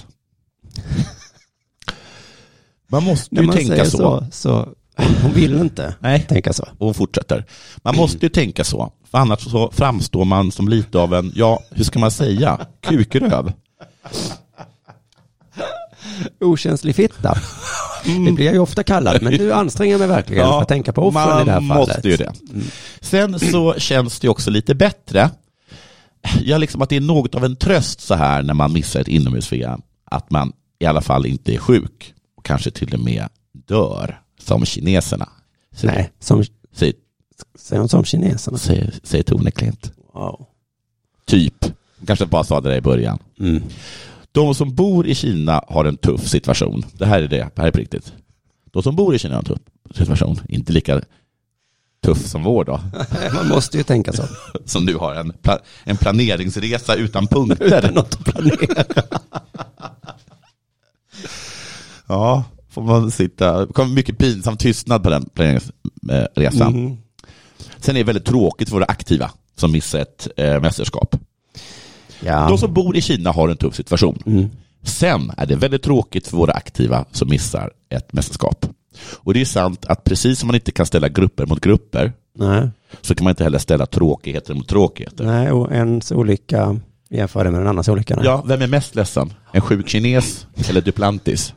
Man måste ju man tänka så. så. Så hon vill inte Nej. tänka så. Och hon fortsätter. Man måste ju tänka så. För annars så framstår man som lite av en, ja, hur ska man säga? Kukröv. Okänslig fitta. Mm. Det blir jag ju ofta kallad. Men du anstränger mig verkligen ja, för att tänka på offren i det här fallet. Man måste ju det. Mm. Sen så känns det också lite bättre. Ja, liksom att det är något av en tröst så här när man missar ett inomhus-V M. Att man i alla fall inte är sjuk. Och kanske till och med dör som kineserna. Så nej, som, säger, säger hon som kineserna? Säger, säger Torneklint. Wow. Typ. Kanske bara sa det där i början. Mm. De som bor i Kina har en tuff situation. Det här är det. Det här är på riktigt. De som bor i Kina har en tuff situation. Inte lika tuff som vår då. Man måste ju tänka så. Som du har en, pla- en planeringsresa utan punkter. Är det något att planera? Ja, får man sitta. Det kommer mycket pinsam tystnad på den planeringsresan. Mm. Sen är det väldigt tråkigt för våra aktiva som missar ett äh, mästerskap. Ja. De som bor i Kina har en tuff situation. Mm. Sen är det väldigt tråkigt för våra aktiva som missar ett mästerskap. Och det är sant att precis som man inte kan ställa grupper mot grupper. Nej. Så kan man inte heller ställa tråkigheter mot tråkigheter. Nej, och ens olycka jämför det med en annans olycka. Ja, vem är mest ledsen? En sjuk kines eller Duplantis?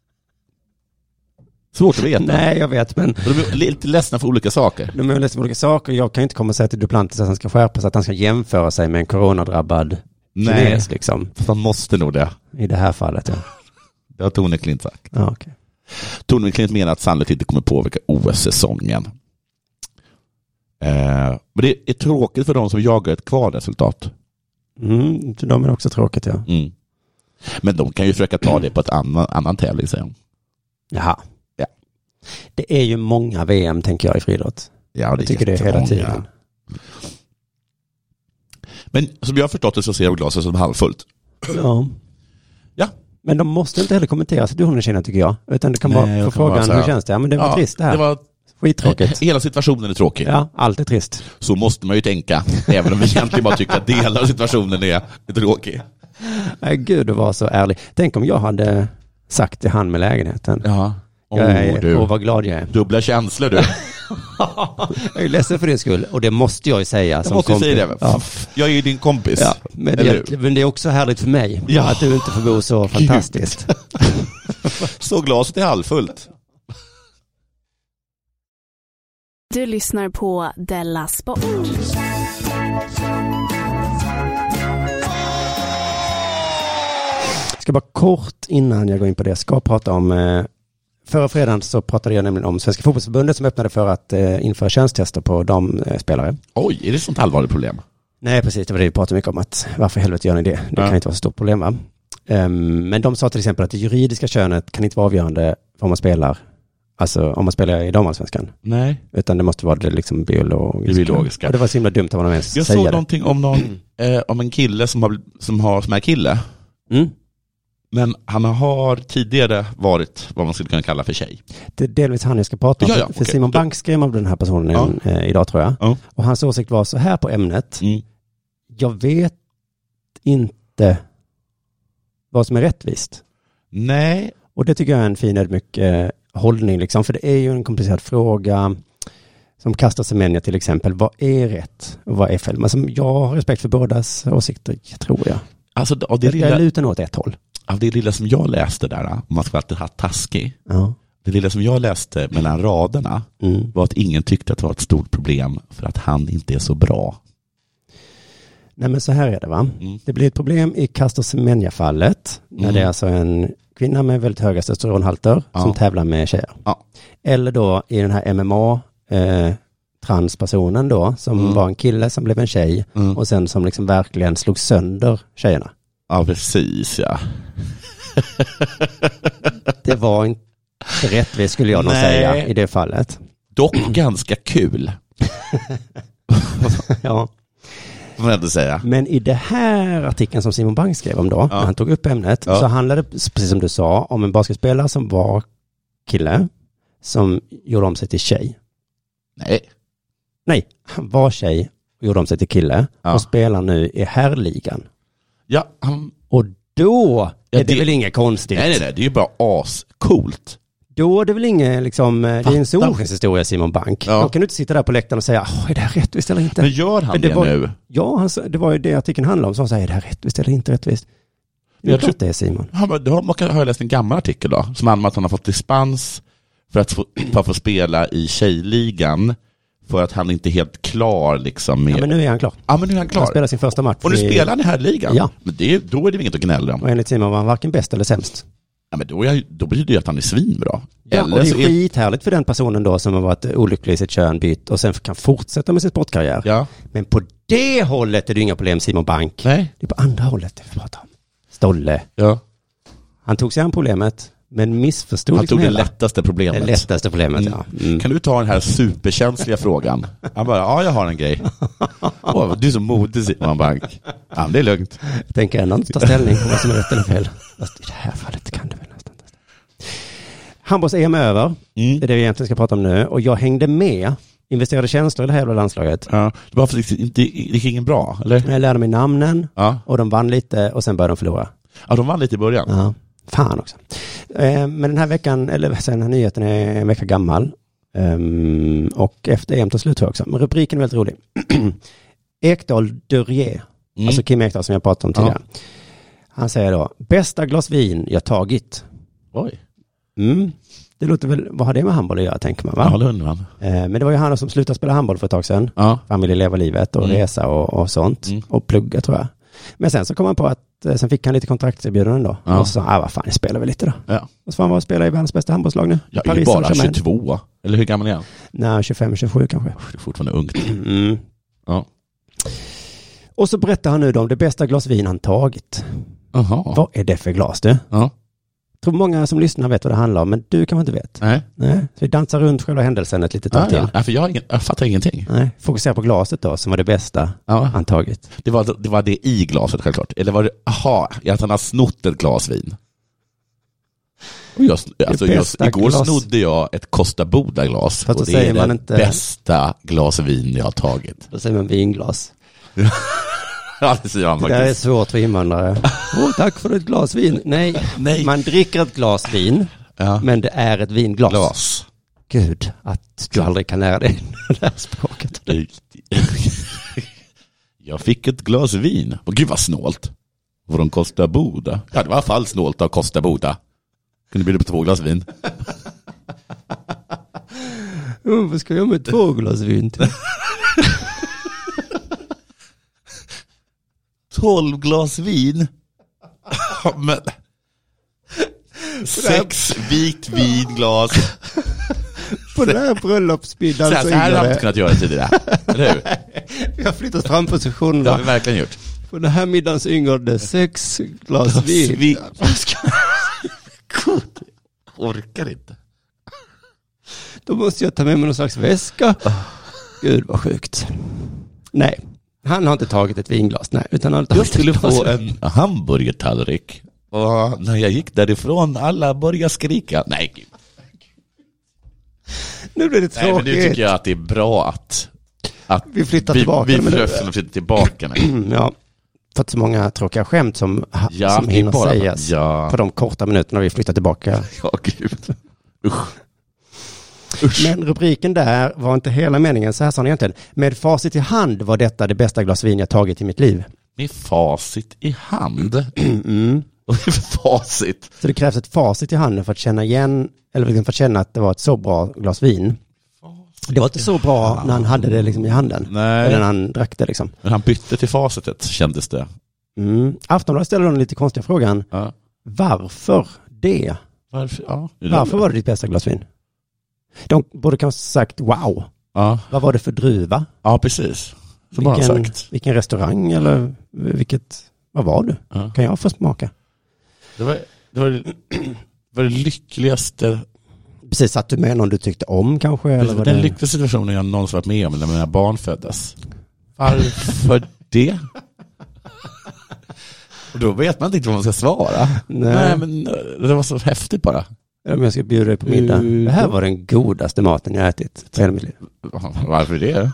Svårt att veta. Nej, jag vet, men... De är lite ledsna för olika saker. De är ledsna för olika saker. Jag kan inte komma och säga till Duplantis att han ska skärpa sig, att han ska jämföra sig med en coronadrabbad Nej, kines, liksom. Man måste nog det. I det här fallet, ja. Det har Torneklint sagt. Ja, okej. Okay. Torneklint menar att sannolikt inte kommer påverka O S-säsongen. Eh, men det är tråkigt för de som jagar ett kvalresultat. Mm, för de är också tråkigt, ja. Mm. Men de kan ju försöka ta det på ett annan, annan tävling, säger de. Jaha. Ja. Det är ju många V M, tänker jag, i friidrott. Ja, det är jag tycker det är hela tiden. Men som jag har förstått det så ser jag glaset som halvfullt. Ja. Ja. Men de måste inte heller kommentera situationen i Kina, tycker jag. Utan det kan Nej, bara få frågan, hur känns det? Ja, men det var ja, trist det här. Det var skittråkigt. Hela situationen är tråkig. Ja, allt är trist. Så måste man ju tänka, även om vi egentligen bara tycker att delar av situationen är tråkig. Nej, gud, du var så ärlig. Tänk om jag hade sagt till han med lägenheten. Ja. Oh, jag är, du. Och vad glad jag är. Dubbla känslor du. Jag är ledsen för din skull. Och det måste jag ju säga. Jag som måste kompis. säga det. Ja. Jag är ju din kompis. Ja, men, det, men det är också härligt för mig. Ja. Att du inte får bo så fantastiskt. Så glaset är halvfullt. Du lyssnar på Della Sport. Jag ska bara kort innan jag går in på det. Jag ska prata om... Eh, förra fredagen så pratade jag nämligen om Svenska fotbollsförbundet som öppnade för att eh, införa könstester på damspelare. Oj, är det sånt allvarligt problem? Nej, precis. Det var det vi pratade mycket om. Att varför helvete gör ni det? Det ja. kan inte vara så stort problem, va? Um, men de sa till exempel att det juridiska könet kan inte vara avgörande för om man spelar. Alltså om man spelar i damallsvenskan. Nej. Utan det måste vara det liksom biologiska. biologiska. Och det var så himla dumt att man ens jag säga det. Jag såg någonting om, någon, eh, om en kille som, har, som, har, som är kille. Mm. Men han har tidigare varit vad man skulle kunna kalla för tjej. Det är delvis han jag ska prata om. Ja, ja, för okay. Simon Bank skrev om den här personen ja. eh, idag tror jag. Ja. Och hans åsikt var så här på ämnet. Mm. Jag vet inte vad som är rättvist. Nej. Och det tycker jag är en fin ödmjuk eh, hållning liksom. För det är ju en komplicerad fråga som kastar Semenya till exempel. Vad är rätt och vad är fel? Men som jag har respekt för bådas åsikter, tror jag. Alltså, av det lilla, jag lutar åt ett håll. Av det lilla som jag läste där, om man ska vara taskig. Ja. Det lilla som jag läste mellan raderna mm. var att ingen tyckte att det var ett stort problem för att han inte är så bra. Nej, men så här är det, va? Mm. Det blir ett problem i Caster Semenya-fallet när mm. det är alltså en kvinna med väldigt höga testosteronhalter ja. som tävlar med tjejer. Ja. Eller då i den här M M A eh, transpersonen då som mm. var en kille som blev en tjej mm. och sen som liksom verkligen slog sönder tjejerna. Ja, precis, ja. Det var inte rättvist skulle jag nog Nej. säga i det fallet. Dock ganska kul. Ja. Får man ändå säga. Men i det här artikeln som Simon Bank skrev om då, ja. när han tog upp ämnet, ja. så handlade det, precis som du sa, om en basketspelare som var kille som gjorde om sig till tjej. Nej. Nej, han var tjej och gjorde om sig till kille ja. och spelar nu i herrligan. Ja, han... Och då ja, är det, det väl inget konstigt. Nej, nej, nej, det är ju bara ascoolt. Då är det väl inget, liksom, det är en solskenshistoria Simon Bank. Ja. Då kan du inte sitta där på läktaren och säga, är det här rättvist eller inte? Men gör han det, det var, nu? Ja, han, det var ju det artikeln handlade om. Så han säger, är det här rättvist eller inte rättvist? Jag tror det är Simon. Då har jag läst en gammal artikel då, som handlar om att han har fått dispens för att få, för att få spela i tjejligan. För att han inte är helt klar liksom med... Ja, men nu är han klar. Ja, men nu är han klar. Han spelar sin första match. Och nu i... spelar han i här ligan. Ja. Men det, då är det inget att gnälla om. Och enligt Simon var han varken bäst eller sämst. Ja, men då, är, då betyder det att han är svinbra. Ja, eller och det är så skithärligt för den personen då som har varit olycklig i sitt kön, bytt och sen kan fortsätta med sin sportkarriär. Ja. Men på det hållet är det inga problem, Simon Bank. Nej. Det är på andra hållet det vi pratar om. Stolle. Ja. Han tog sig an problemet, men missförstod Han liksom tog det hela. lättaste problemet. Det lättaste problemet, mm. ja. Mm. Kan du ta den här superkänsliga frågan? Han bara, ja, jag har en grej. Oh, du är så modig, Simon Bank. Ja, det är lugnt. Jag tänker ändå inte ta ställning på vad som är rätt eller fel. Fast i det här fallet kan det väl nästan. Handbolls-E M är över. Mm. Det är det vi egentligen ska prata om nu. Och jag hängde med. Investerade tjänster i det här jävla landslaget. Ja, det var för det inte det gick ingen bra, eller? Jag lärde mig namnen. Ja. Och de vann lite och sen började de förlora. Ja, de vann lite i början. Ja. Fan också. Eh, men den här veckan, eller den här nyheten är en vecka gammal. Um, och efter E M tar slut tror jag också. Men rubriken är väldigt rolig. Ekdal Durier. Mm. Alltså Kim Ekdal som jag pratade om tidigare. Ja. Han säger då, bästa glas vin jag tagit. Oj. Mm. Det låter väl, vad har det med handboll att göra, tänker man, va? Ja, det undrar man. Eh, men det var ju han som slutade spela handboll för ett tag sedan. Ja. Familj leva livet och mm. resa och, och sånt. Mm. Och plugga, tror jag. Men sen så kom han på att, sen fick han lite kontraktserbjudanden då. Ja. Och så sa han, ah, vad fan, jag spelar väl lite då. Ja. Och så får han vara och spela i världens bästa handbollslag nu. Ja, Paris är bara tjugotvå. Eller hur gammal är han? Nej, tjugofem tjugosju kanske. Det är fortfarande ungt. Mm. Ja. Och så berättar han nu då om det bästa glas vin han tagit. Aha. Vad är det för glas, du? Ja. Jag tror många som lyssnar vet vad det handlar om, men du kan man inte vet. Nej. Nej. Så vi dansar runt själva händelsen ett litet tag ja, till. Ja. Ja, för jag, har ingen, jag fattar ingenting. Nej. Fokusera på glaset då, som var det bästa ja. han tagit. Det var, det var det i glaset självklart. Eller var det, aha, att han har snott ett glas vin. Och jag, alltså, jag, igår glas. snodde jag ett Costa Boda-glas. Och det är det inte... bästa glas vin jag har tagit. Då säger man vinglas. Ja, det säger han faktiskt. Det där är svårt för invandrare. Åh, tack för ett glas vin. Nej, Nej. Man dricker ett glas vin, ja. men det är ett vinglas. Glas. Gud, att du aldrig kan lära dig det här språket. Jag fick ett glas vin. Och gud vad snålt. Vad de kostar Boda. Ja, det var i alla fall snålt att kosta Boda. Kunde bjuda på två glas vin. Oh, vad ska jag med två glas vin till? Tolv glas vin. Men... Sex vitt vinglas. På den här bröllopsmiddagen så, så, så här har jag inte kunnat göra tidigare. Eller hur? Vi har flyttat fram positionen. Det har vi verkligen gjort. På den här middagen så ingår det sex glas vin. vin. God, orkar inte. Då måste jag ta med mig någon slags väska. Gud vad sjukt. Nej, han har inte tagit ett vinglas. Nej, utan han har jag skulle få en hamburgertallrik. Och när jag gick därifrån, alla började skrika. Nej, gud. Nu blir det tråkigt. Nej, men nu tycker jag att det är bra att, att vi flyttar vi, tillbaka. Vi försöker flytta tillbaka nu. Ja, för att så många tråkiga skämt som, ja, som hinner bara, sägas ja. på de korta minuterna vi flyttar tillbaka. Ja, gud. Usch. Usch. Men rubriken där var inte hela meningen. Så här sa han egentligen. Med facit i hand var detta det bästa glas vin jag tagit i mitt liv. Med facit i hand? Mm. Och facit. Så det krävs ett facit i handen för att känna igen, eller för att känna att det var ett så bra glas vin. Facit. Det var inte så bra hand. När han hade det liksom i handen. Nej. Eller när han drack det liksom. Men han bytte till facitet, kändes det. Mm. Aftonbladet ställer den lite konstiga frågan. Ja. Varför det? Varför, ja. Varför var det ditt bästa glas vin? De borde kanske sagt wow. Ja. Vad var det för druva? Ja, precis. Så vilken, bara sagt. Vilken restaurang eller vilket, vad var det? Ja. Kan jag få smaka? Det var det, var, det, var det lyckligaste. Precis, att du med någon du tyckte om kanske? Det eller var den det... lyckligaste situationen jag någonsin varit med om när mina barn föddes. Varför det? Och då vet man inte vad man ska svara. Nej. Nej, men det var så häftigt bara. Om jag ska bjuda dig på middag. Uh, det här var den godaste maten jag ätit på hela mitt liv. Varför det?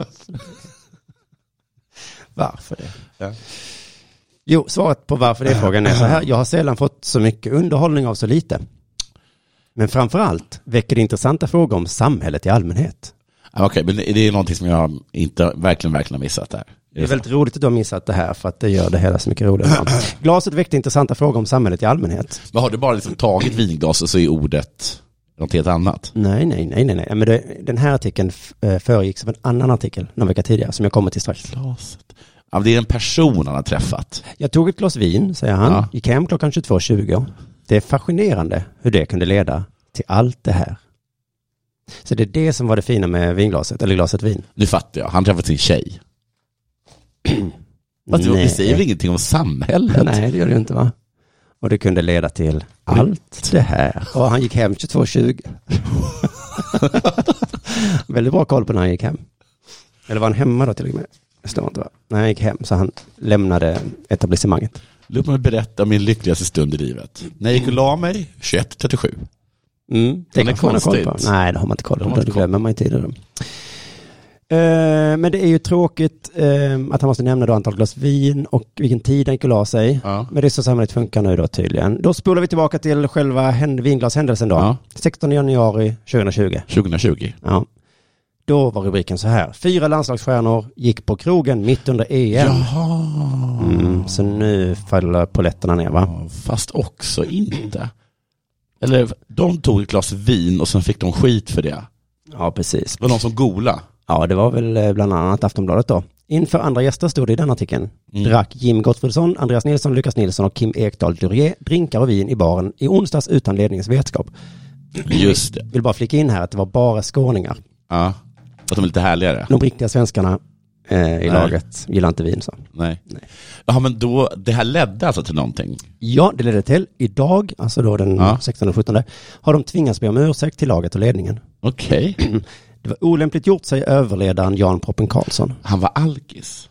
Varför det? Ja. Jo, svaret på varför det är frågan är så här. Jag har sällan fått så mycket underhållning av så lite. Men framförallt väcker det intressanta frågor om samhället i allmänhet. Okej, okay, men det är någonting som jag inte verkligen, verkligen har missat där. Det är väldigt roligt att du har missat det här för att det gör det hela så mycket roligare. Glaset väckte intressanta frågor om samhället i allmänhet. Men har du bara liksom tagit vinglas och så är ordet något helt annat? Nej, nej, nej, nej. nej. Men det, den här artikeln föregicks av en annan artikel någon vecka tidigare som jag kommer till strax. Glaset. Ja, det är en person han har träffat. Jag tog ett glas vin, säger han. Ja. Gick hem klockan tjugotvå tjugo. Det är fascinerande hur det kunde leda till allt det här. Så det är det som var det fina med vinglaset, eller glaset vin. Nu fattar jag. Han träffade sin tjej. Fast det säger väl ingenting om samhället? Nej, det gör det inte, va? Och det kunde leda till allt det här. Och han gick hem tjugotvå tjugo. Väldigt bra koll på när han gick hem. Eller var han hemma då till och med? Det står inte, va? När han gick hem så han lämnade etablissemanget. Låt mig berätta om min lyckligaste stund i livet. När jag gick och la mig, tjugoett trettiosju. Mm, det kan man ha koll på. Nej, det har man inte koll på. Det glömmer man inte i det. Uh, men det är ju tråkigt uh, att han måste nämna då antal glas vin och vilken tid han gick och la sig. Ja. Men det är så samhället funkar nu då tydligen. Då spolar vi tillbaka till själva händ- vinglashändelsen då. Ja. sextonde januari tjugohundratjugo. tjugohundratjugo. Ja. Då var rubriken så här. Fyra landslagsstjärnor gick på krogen mitt under E M. Jaha. Mm, så nu faller polletterna ner, va? Ja, fast också inte. Eller de tog ett glas vin och sen fick de skit för det. Ja, precis. Det var någon som gola. Ja, det var väl bland annat Aftonbladet då. Inför andra gäster stod det i den artikeln. Mm. Drack Jim Gottfridsson, Andreas Nilsson, Lukas Nilsson och Kim Ekdahl Durier drinkar och vin i baren i onsdags utan ledningens vetskap. Just det. Vill bara flika in här att det var bara skåningar. Ja, att de är lite härligare. De riktiga svenskarna eh, i Nej. laget gillar inte vin så. Nej. Nej. Ja, men då, det här ledde alltså till någonting? Ja, det ledde till. Idag, alltså då den ja. sextonde och sjuttonde, har de tvingats be om ursäkt till laget och ledningen. Okej. Okay. Det var olämpligt gjort, sig överledaren Jan Proppen Karlsson. Han var alkis.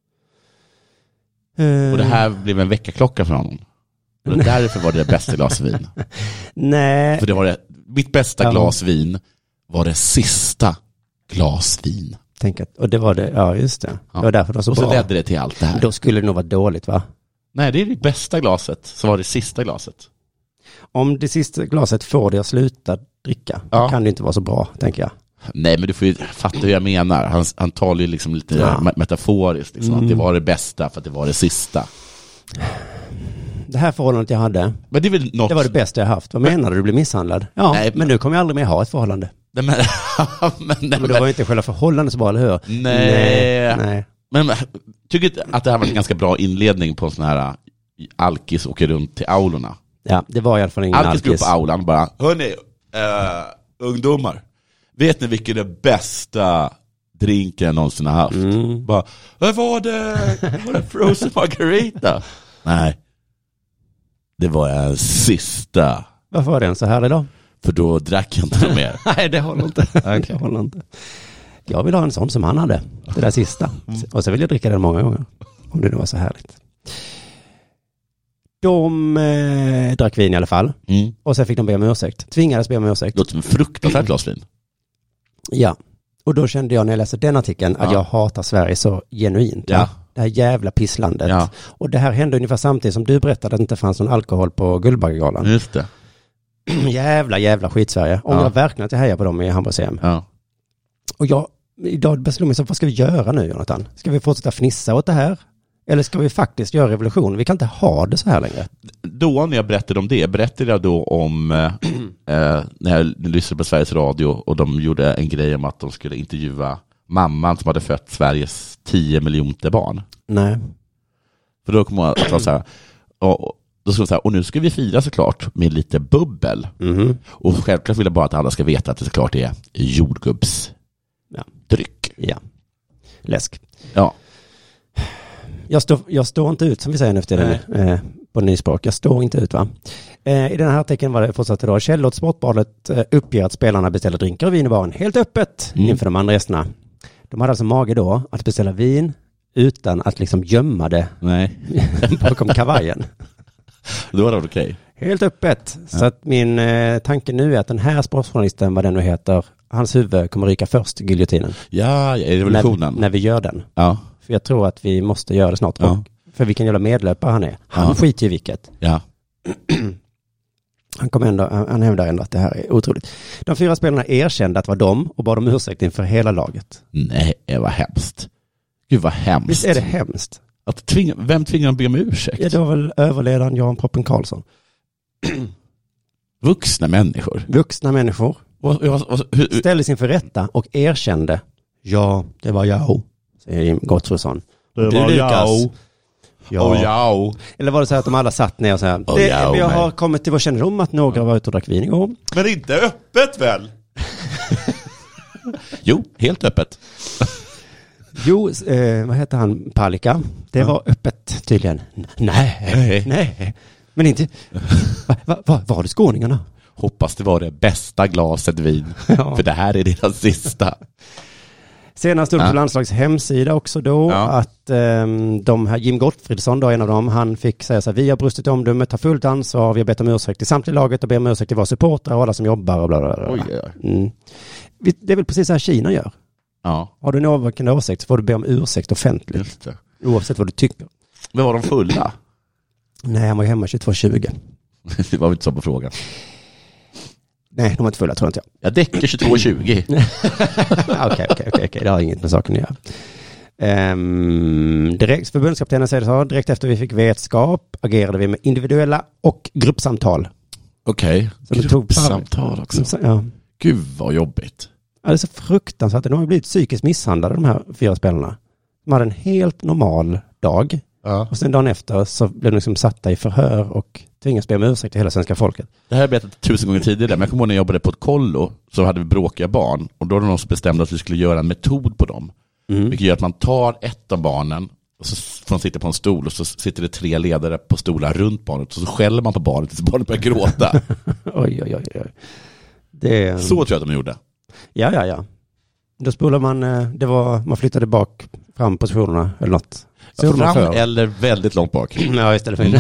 Uh, och det här blev en veckaklocka för honom. Och därför var det det bästa glas vin. Nej. För det var det, mitt bästa ja. glas vin var det sista glas vin. Tänk att, och det var det, ja just det. Ja. Det var därför det var så och bra. Och så ledde det till allt det här. Då skulle det nog vara dåligt, va? Nej, det är det bästa glaset. Så var det sista glaset. Om det sista glaset får det att sluta dricka. Ja. Det kan ju inte vara så bra, tänker jag. Nej, men du får ju fatta hur jag menar. Han, han talar ju liksom lite ja. metaforiskt. Liksom, mm. att det var det bästa för att det var det sista. Det här förhållandet jag hade, men det, är väl något... det var det bästa jag haft. Vad men... menar du? Du blev misshandlad? Ja, nej, men nu kommer jag aldrig mer ha ett förhållande. Nej, men, men, nej, men det var ju inte själva förhållandet så bra, eller hur? Nej. nej, nej. Men tycker du att det här var en ganska bra inledning på en sån här alkis åker runt till aulorna? Ja, det var i alla fall ingen alkis. Alkis går upp på aulan och bara, hörni, uh, ungdomar, vet ni vilken är det bästa drinken jag någonsin har haft? Mm. Bara, vad var det? Var det frozen margarita? Nej. Det var en sista. Varför var den så här idag? För då drack jag inte mer. Nej, det håller inte. Okay. Det håller inte. Jag vill ha en sån som han hade. Det där sista. Och så vill jag dricka den många gånger. Om det nu var så härligt. De eh, drack vin i alla fall. Mm. Och sen fick de be om ursäkt. Tvingades be om ursäkt. Låter som en fruktansvärt glas vin. Ja. Och då kände jag när jag läste den artikeln att ja. jag hatar Sverige så genuint. Ja. Det här jävla pisslandet. Ja. Och det här hände ungefär samtidigt som du berättade att det inte fanns någon alkohol på Guldbaggegalan. Just det. jävla, jävla skit Sverige. Om ja. jag verkligen att jag hejar på dem i Hamburgsem. Ja. Och jag, idag beslog mig så, vad ska vi göra nu, Jonathan? Ska vi fortsätta fnissa åt det här? Eller ska vi faktiskt göra revolution? Vi kan inte ha det så här längre. Då när jag berättade om det, berättade jag då om eh, när jag lyssnade på Sveriges Radio och de gjorde en grej om att de skulle intervjua mamman som hade fött Sveriges tio miljoner barn. Nej. För då kommer jag att vara så här, och, då ska jag säga, och nu ska vi fira såklart med lite bubbel. Mm. Och självklart vill jag bara att alla ska veta att det såklart är jordgubbsdryck. Ja. ja. Läsk. Ja. Jag står, jag står inte ut, som vi säger nu efter den, eh, på nyspråk. Jag står inte ut, va? Eh, I den här artikeln var det fortsatt idag. Källor till Sportbladet eh, uppger att spelarna beställer drinkar och vin i baren helt öppet mm. inför de andra gästerna. De hade alltså mage då att beställa vin utan att liksom gömma det Nej. bakom kavajen. Då var det okej. Okay. Helt öppet. Ja. Så att min eh, tanke nu är att den här sportjournalisten, vad den nu heter, hans huvud kommer ryka först i giljotinen. Ja, i revolutionen. När, när vi gör den. Ja. För jag tror att vi måste göra det snart. Ja. För vilken jävla medlöpare han är. Han ja. skiter i vilket. Ja. Han kommer ändå, han hävdar ändå att det här är otroligt. De fyra spelarna erkände att det var dem och bad om ursäkt inför hela laget. Nej, det var hemskt. Gud vad hemskt. Visst är det hemskt. Att tvinga, vem tvingar att be om ursäkt? Ja, det var väl överledaren Jan Proppen Karlsson. Vuxna människor. Vuxna människor. Och, och, och, hur, ställdes inför rätta och erkände. Ja, det var jag. Säger Jim Gottfridsson. Det du, var Lukas. jag. Ja. Oh, ja. Eller var det så att de alla satt ner och så här. Oh, det, ja, jag har kommit till vår kännedom att några var ute och drack vin igår. Men inte öppet väl? Jo, helt öppet. Jo, eh, vad heter han? Palika. Det ja. var öppet tydligen. Nej, nej. nej. Men inte. Va, va, va, var det skåningarna? Hoppas det var det bästa glaset vin. Ja. För det här är deras sista. Senast stod det ja. på landslags hemsida också då ja. att um, de här, Jim Gottfridsson då, en av dem, han fick säga så här: vi har brustit omdömet, tar fullt ansvar, vi har bett om ursäkt till samtliga laget och ber om ursäkt till våra supportrar och alla som jobbar och bla bla bla. Oj, ja. mm. Det är väl precis så här Kina gör. Ja. Har du en avvikande åsikt så får du be om ursäkt offentligt. Just det. Oavsett vad du tycker. Men var de fulla? Nej, han var hemma tjugotvå tjugo. Det var väl inte så på frågan. Nej, de var inte fulla, tror inte jag. Jag däcker tjugotvå tjugo. Okej, okej, okej. Det har inget med saken att göra. Um, direkt, förbundskaptenen säger så, direkt efter vi fick vetskap agerade vi med individuella och gruppsamtal. Okej, okay. Gruppsamtal också. Så, ja. Gud vad jobbigt. Ja, det är så fruktansvärt. De har blivit psykiskt misshandlade, de här fyra spelarna. De hade en helt normal dag. Ja. Och sen dagen efter så blev de liksom satta i förhör och tvingades be om ursäkt till hela svenska folket. Det här har jag berättat tusen gånger tidigare, men jag kommer ihåg när jag jobbade på ett kollo så hade vi bråkiga barn och då var det någon som bestämde att vi skulle göra en metod på dem. Mm. Vilket gör att man tar ett av barnen och så får de sitta på en stol och så sitter det tre ledare på stolar runt barnet och så skäller man på barnet tills barnet börjar gråta. oj, oj, oj, oj. Det... Så tror jag att de gjorde. Ja, ja, ja. Då spolar man, det var, man flyttade bak fram positionerna eller något. Så fram eller väldigt långt bak. Ja, istället för mm.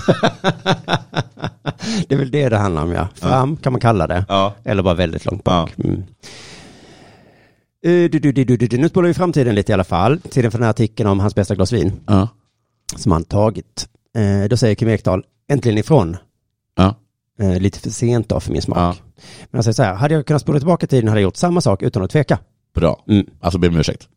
Det är väl det det handlar om, ja. Fram ja. kan man kalla det. Ja. Eller bara väldigt långt bak. Ja. Mm. Uh, du, du, du, du, du. Nu spolar vi framtiden lite i alla fall. Tiden för den här artikeln om hans bästa glas vin. Ja. Som han tagit. Uh, då säger Kim Ekdahl äntligen ifrån. Ja. Eh, lite för sent då för min smak. Ja. Men jag säger så här, hade jag kunnat spola tillbaka tiden hade jag gjort samma sak utan att tveka. Bra. Mm. Alltså ber om ursäkt.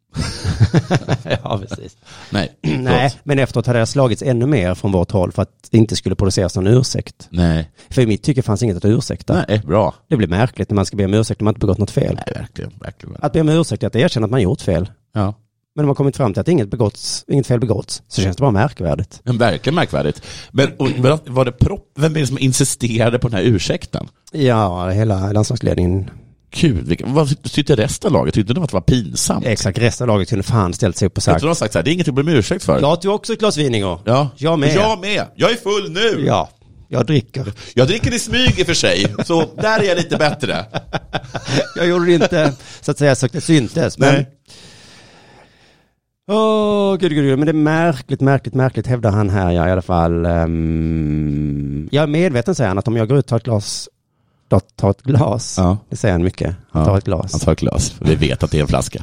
Ja, precis. Nej. Nej, men efteråt hade jag slagits ännu mer från vårt håll för att det inte skulle produceras någon ursäkt. Nej. För i mitt tycke fanns inget att ursäkta. Nej, bra. Det blir märkligt när man ska be om ursäkt när man inte begått något fel. Nej, verkligen, verkligen. Att be om ursäkt är att erkänna att man gjort fel. Ja. Men om man kommit fram till att inget, begåtts, inget fel begåtts så känns det bara märkvärdigt. Men verkligen märkvärdigt. Men och, var det propp? Vem är det som insisterade på den här ursäkten? Ja, hela landslagsledningen. Gud, vilken, vad tyckte resten av laget? Tyckte de att det var pinsamt? Exakt, resten av laget kunde fan ställt sig upp och sagt. Jag tror de har sagt så här, det är inget att be om ursäkt för. Jag tog också ett glas vin igår. Ja. Jag med. Jag med. Jag är full nu. Ja, jag dricker. Jag dricker i smyg i och för sig, så där är jag lite bättre. Jag gjorde det inte, så att säga, så att det syntes. Men... Nej. Åh, oh, gud, gud, gud, men det är märkligt, märkligt, märkligt hävdar han här, ja, i alla fall. Um, jag är medveten, säger han, att om jag går ut och tar ett glas, då tar ett glas, ja. Det säger han mycket, han ja. tar ett glas. Han tar ett glas, för vi vet att det är en flaska.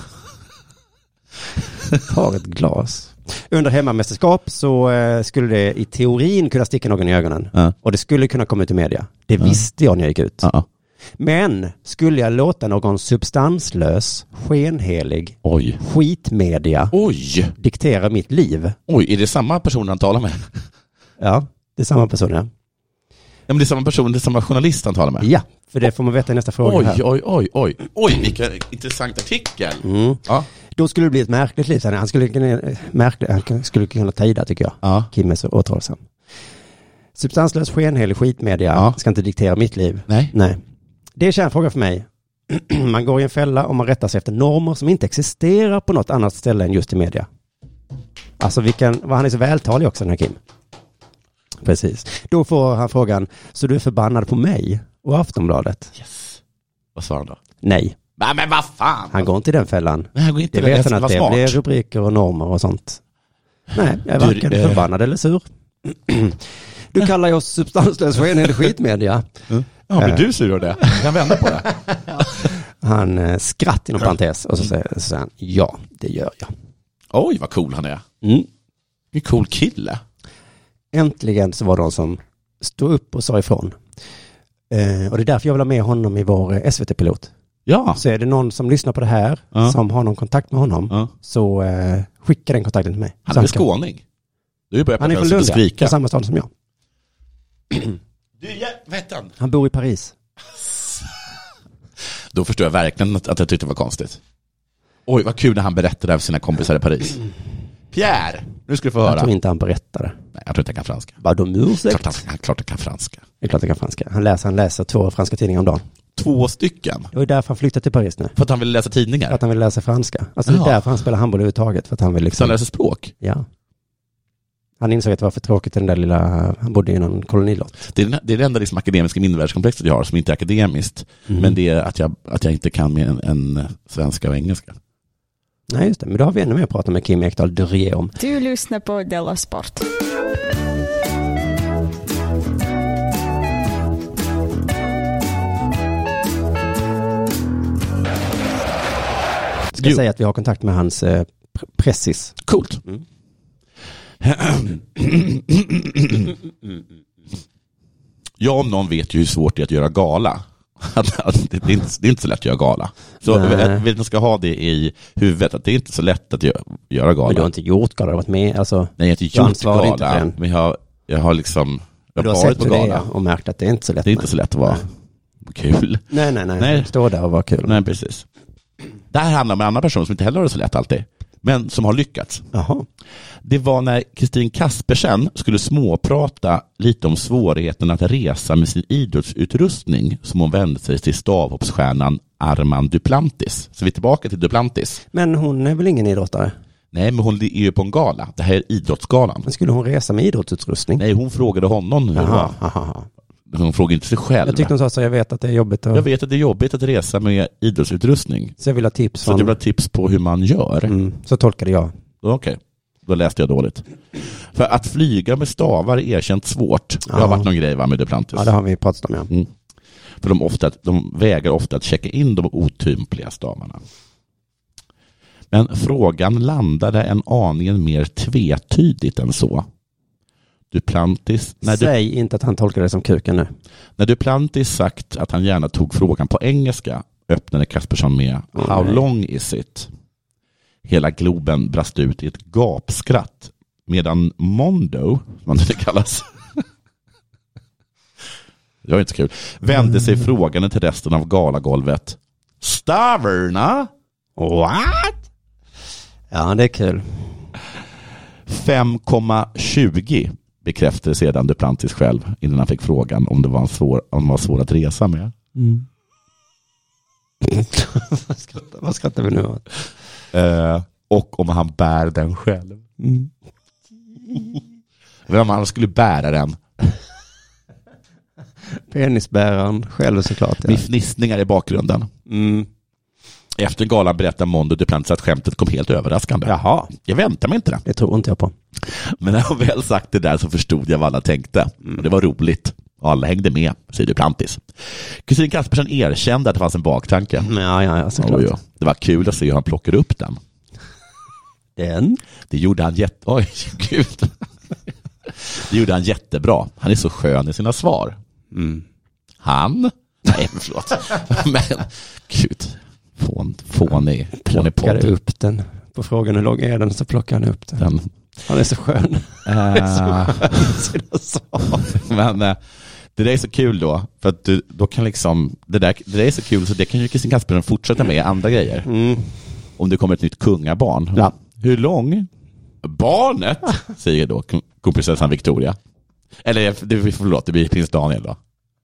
Tar ett glas. Under hemmamästerskap så uh, skulle det i teorin kunna sticka någon i ögonen. Ja. Och det skulle kunna komma ut i media. Det ja. visste jag när jag gick ut. Ja. Men skulle jag låta någon substanslös, skenhelig, Oj. skitmedia Oj. diktera mitt liv? Oj, är det samma person han talar med? Ja, det är samma person, ja. Ja, men det är samma person, det är samma journalist han talar med? Ja, för det får man veta i nästa fråga oj, här. Oj, oj, oj. Oj, vilken intressant artikel. Mm. Ja. Då skulle det bli ett märkligt liv. Han skulle kunna, märkligt, han skulle kunna ta i det, tycker jag. Ja. Kim är så återhållsam. Substanslös, skenhelig skitmedia ja. ska inte diktera mitt liv. Nej. Nej. Det är kärnfråga för mig. Man går i en fälla om man rättar sig efter normer som inte existerar på något annat ställe än just i media. Alltså vilken, vad han är så vältalig också, den här Kim. Precis. Då får han frågan, så du är förbannad på mig och Aftonbladet? Yes. Vad sa han då? Nej. Men, men vad fan? Han går inte i den fällan. Nej, han går inte det vet han att det blir rubriker och normer och sånt. Nej, jag är varken du, äh... förbannad eller sur. Du kallar oss substanslös för en skitmedia. Mm. Ja, men du sur det. Jag kan vända på det. Han eh, skratt inom parentes och så säger, så säger han, ja, det gör jag. Oj, vad cool han är. Mm. En cool kille. Äntligen så var det någon som stod upp och sa ifrån. Eh, och det är därför jag vill ha med honom i vår S V T-pilot. Ja. Så är det någon som lyssnar på det här, ja. som har någon kontakt med honom, ja. så eh, skicka den kontakten till mig. Han är skåning. Du är han är från Lund, på samma stad som jag. Du, ja, vet han. Han bor i Paris. Då förstår jag verkligen att, att jag tyckte det var konstigt. Oj, vad kul när han berättade för sina kompisar i Paris. Pierre, nu ska du få höra. Jag tror inte han berättade. Nej, jag tror inte han kan franska. Vad de ursäkt? Klart han, klart han kan franska. Det är klart han kan franska. Han läser, han läser två franska tidningar om dagen. Två stycken? Det är därför han flyttade till Paris nu. För att han vill läsa tidningar? För att han vill läsa franska. Alltså ja. Det är därför han spelar handboll överhuvudtaget. För att han vill liksom... Så han läser språk? Ja. Han insåg att det var för tråkigt den där lilla, han bodde i någon kolonilott. Det är, det är det enda liksom akademiska mindervärdskomplexet jag har som inte är akademiskt. Mm. Men det är att jag, att jag inte kan mer än, än svenska och engelska. Nej just det, men då har vi ännu mer att prata med Kim Ekdahl Durier om. Du lyssnar på Della Sport. Ska jag säga att vi har kontakt med hans eh, pressis. Coolt. Mm. Jag om någon vet ju hur svårt det är att göra gala. det, är inte, det är inte så lätt att göra gala. Så vi ska ha det i huvudet att det är inte så lätt att göra, göra gala. Men du har inte gjort gala, du har varit med? Alltså, nej, jag har inte gjort gala. Men jag har, jag har liksom jag har du har varit sett på gala. Och märkt att det är inte så lätt. Det är inte så lätt att vara nej. kul. Nej, nej, nej. nej. Stå där och vara kul. Nej, precis. Det här handlar om en annan person som inte heller har det så lätt alltid. Men som har lyckats. Jaha. Det var när Kristin Kaspersen skulle småprata lite om svårigheten att resa med sin idrottsutrustning som hon vände sig till stavhoppsstjärnan Armand Duplantis. Så vi är tillbaka till Duplantis. Men hon är väl ingen idrottare? Nej, men hon är ju på en gala. Det här är idrottsgalan. Men skulle hon resa med idrottsutrustning? Nej, hon frågade honom hur aha, det var. Aha. Hon frågade inte sig själv. Jag tyckte hon sa så, jag vet att det är jobbigt. Att... Jag vet att det är jobbigt att resa med idrottsutrustning. Så jag vill ha tips. Så från... jag vill ha tips på hur man gör. Mm, så tolkade jag. Okej, okay. Då läste jag dåligt. För att flyga med stavar är erkänt svårt. Det har ja. varit någon grej va, med Duplantis. Ja, det har vi pratat om, ja. Mm. För de, ofta, de väger ofta att checka in de otympliga stavarna. Men frågan landade en aningen mer tvetydigt än så. Duplantis... När Säg du, inte att han tolkar det som kuken nu. När Duplantis sagt att han gärna tog frågan på engelska öppnade Kaspersson med oh, How nej. long is it? Hela Globen brast ut i ett gapskratt medan Mondo, som man det kallas, det var inte så kul, vände sig mm. frågande till resten av galagolvet. Staverna? What? Ja, det är kul. fem komma tjugo bekräftade sedan Duplantis själv innan han fick frågan om det var, en svår, om det var svår att resa med. Mm. vad, skrattar, vad skrattar vi nu åt? Uh, och om han bär den själv. Mm. Vem han skulle bära den? Penisbäraren själv såklart. Ja. Med fnissningar i bakgrunden. Mm. Efter galan berättar Mondo Duplantis att skämtet kom helt överraskande. Jaha. Jag väntar mig inte det. Det tror inte jag på. Men när jag väl sagt det där så förstod jag vad alla tänkte. Mm. Och det var roligt. Och alla hängde med, säger Duplantis. Kusin Kaspersen erkände att det fanns en baktanke. Mm, ja, ja, ja, såklart. Oh, ja. Det var kul att se hur han plockade upp den. Den? Det gjorde han jätte... Oj, gud. Det gjorde han jättebra. Han är så skön i sina svar. Mm. Han? Nej, förlåt. Men, gud. Fån, fånig. Plockade upp den. På frågan hur lång är den så plockar han upp den. den. Han är så skön. Han är så skön i sina svar. Men äh, det där är så kul då. För att du, då kan liksom... Det där, det där är så kul så det kan ju Kristin Kaspersen fortsätta med andra grejer. Mm. Om det kommer ett nytt kungabarn. Ja. Hur lång? Barnet, säger då kronprinsessan Victoria. Eller, det, förlåt, det blir prins Daniel då.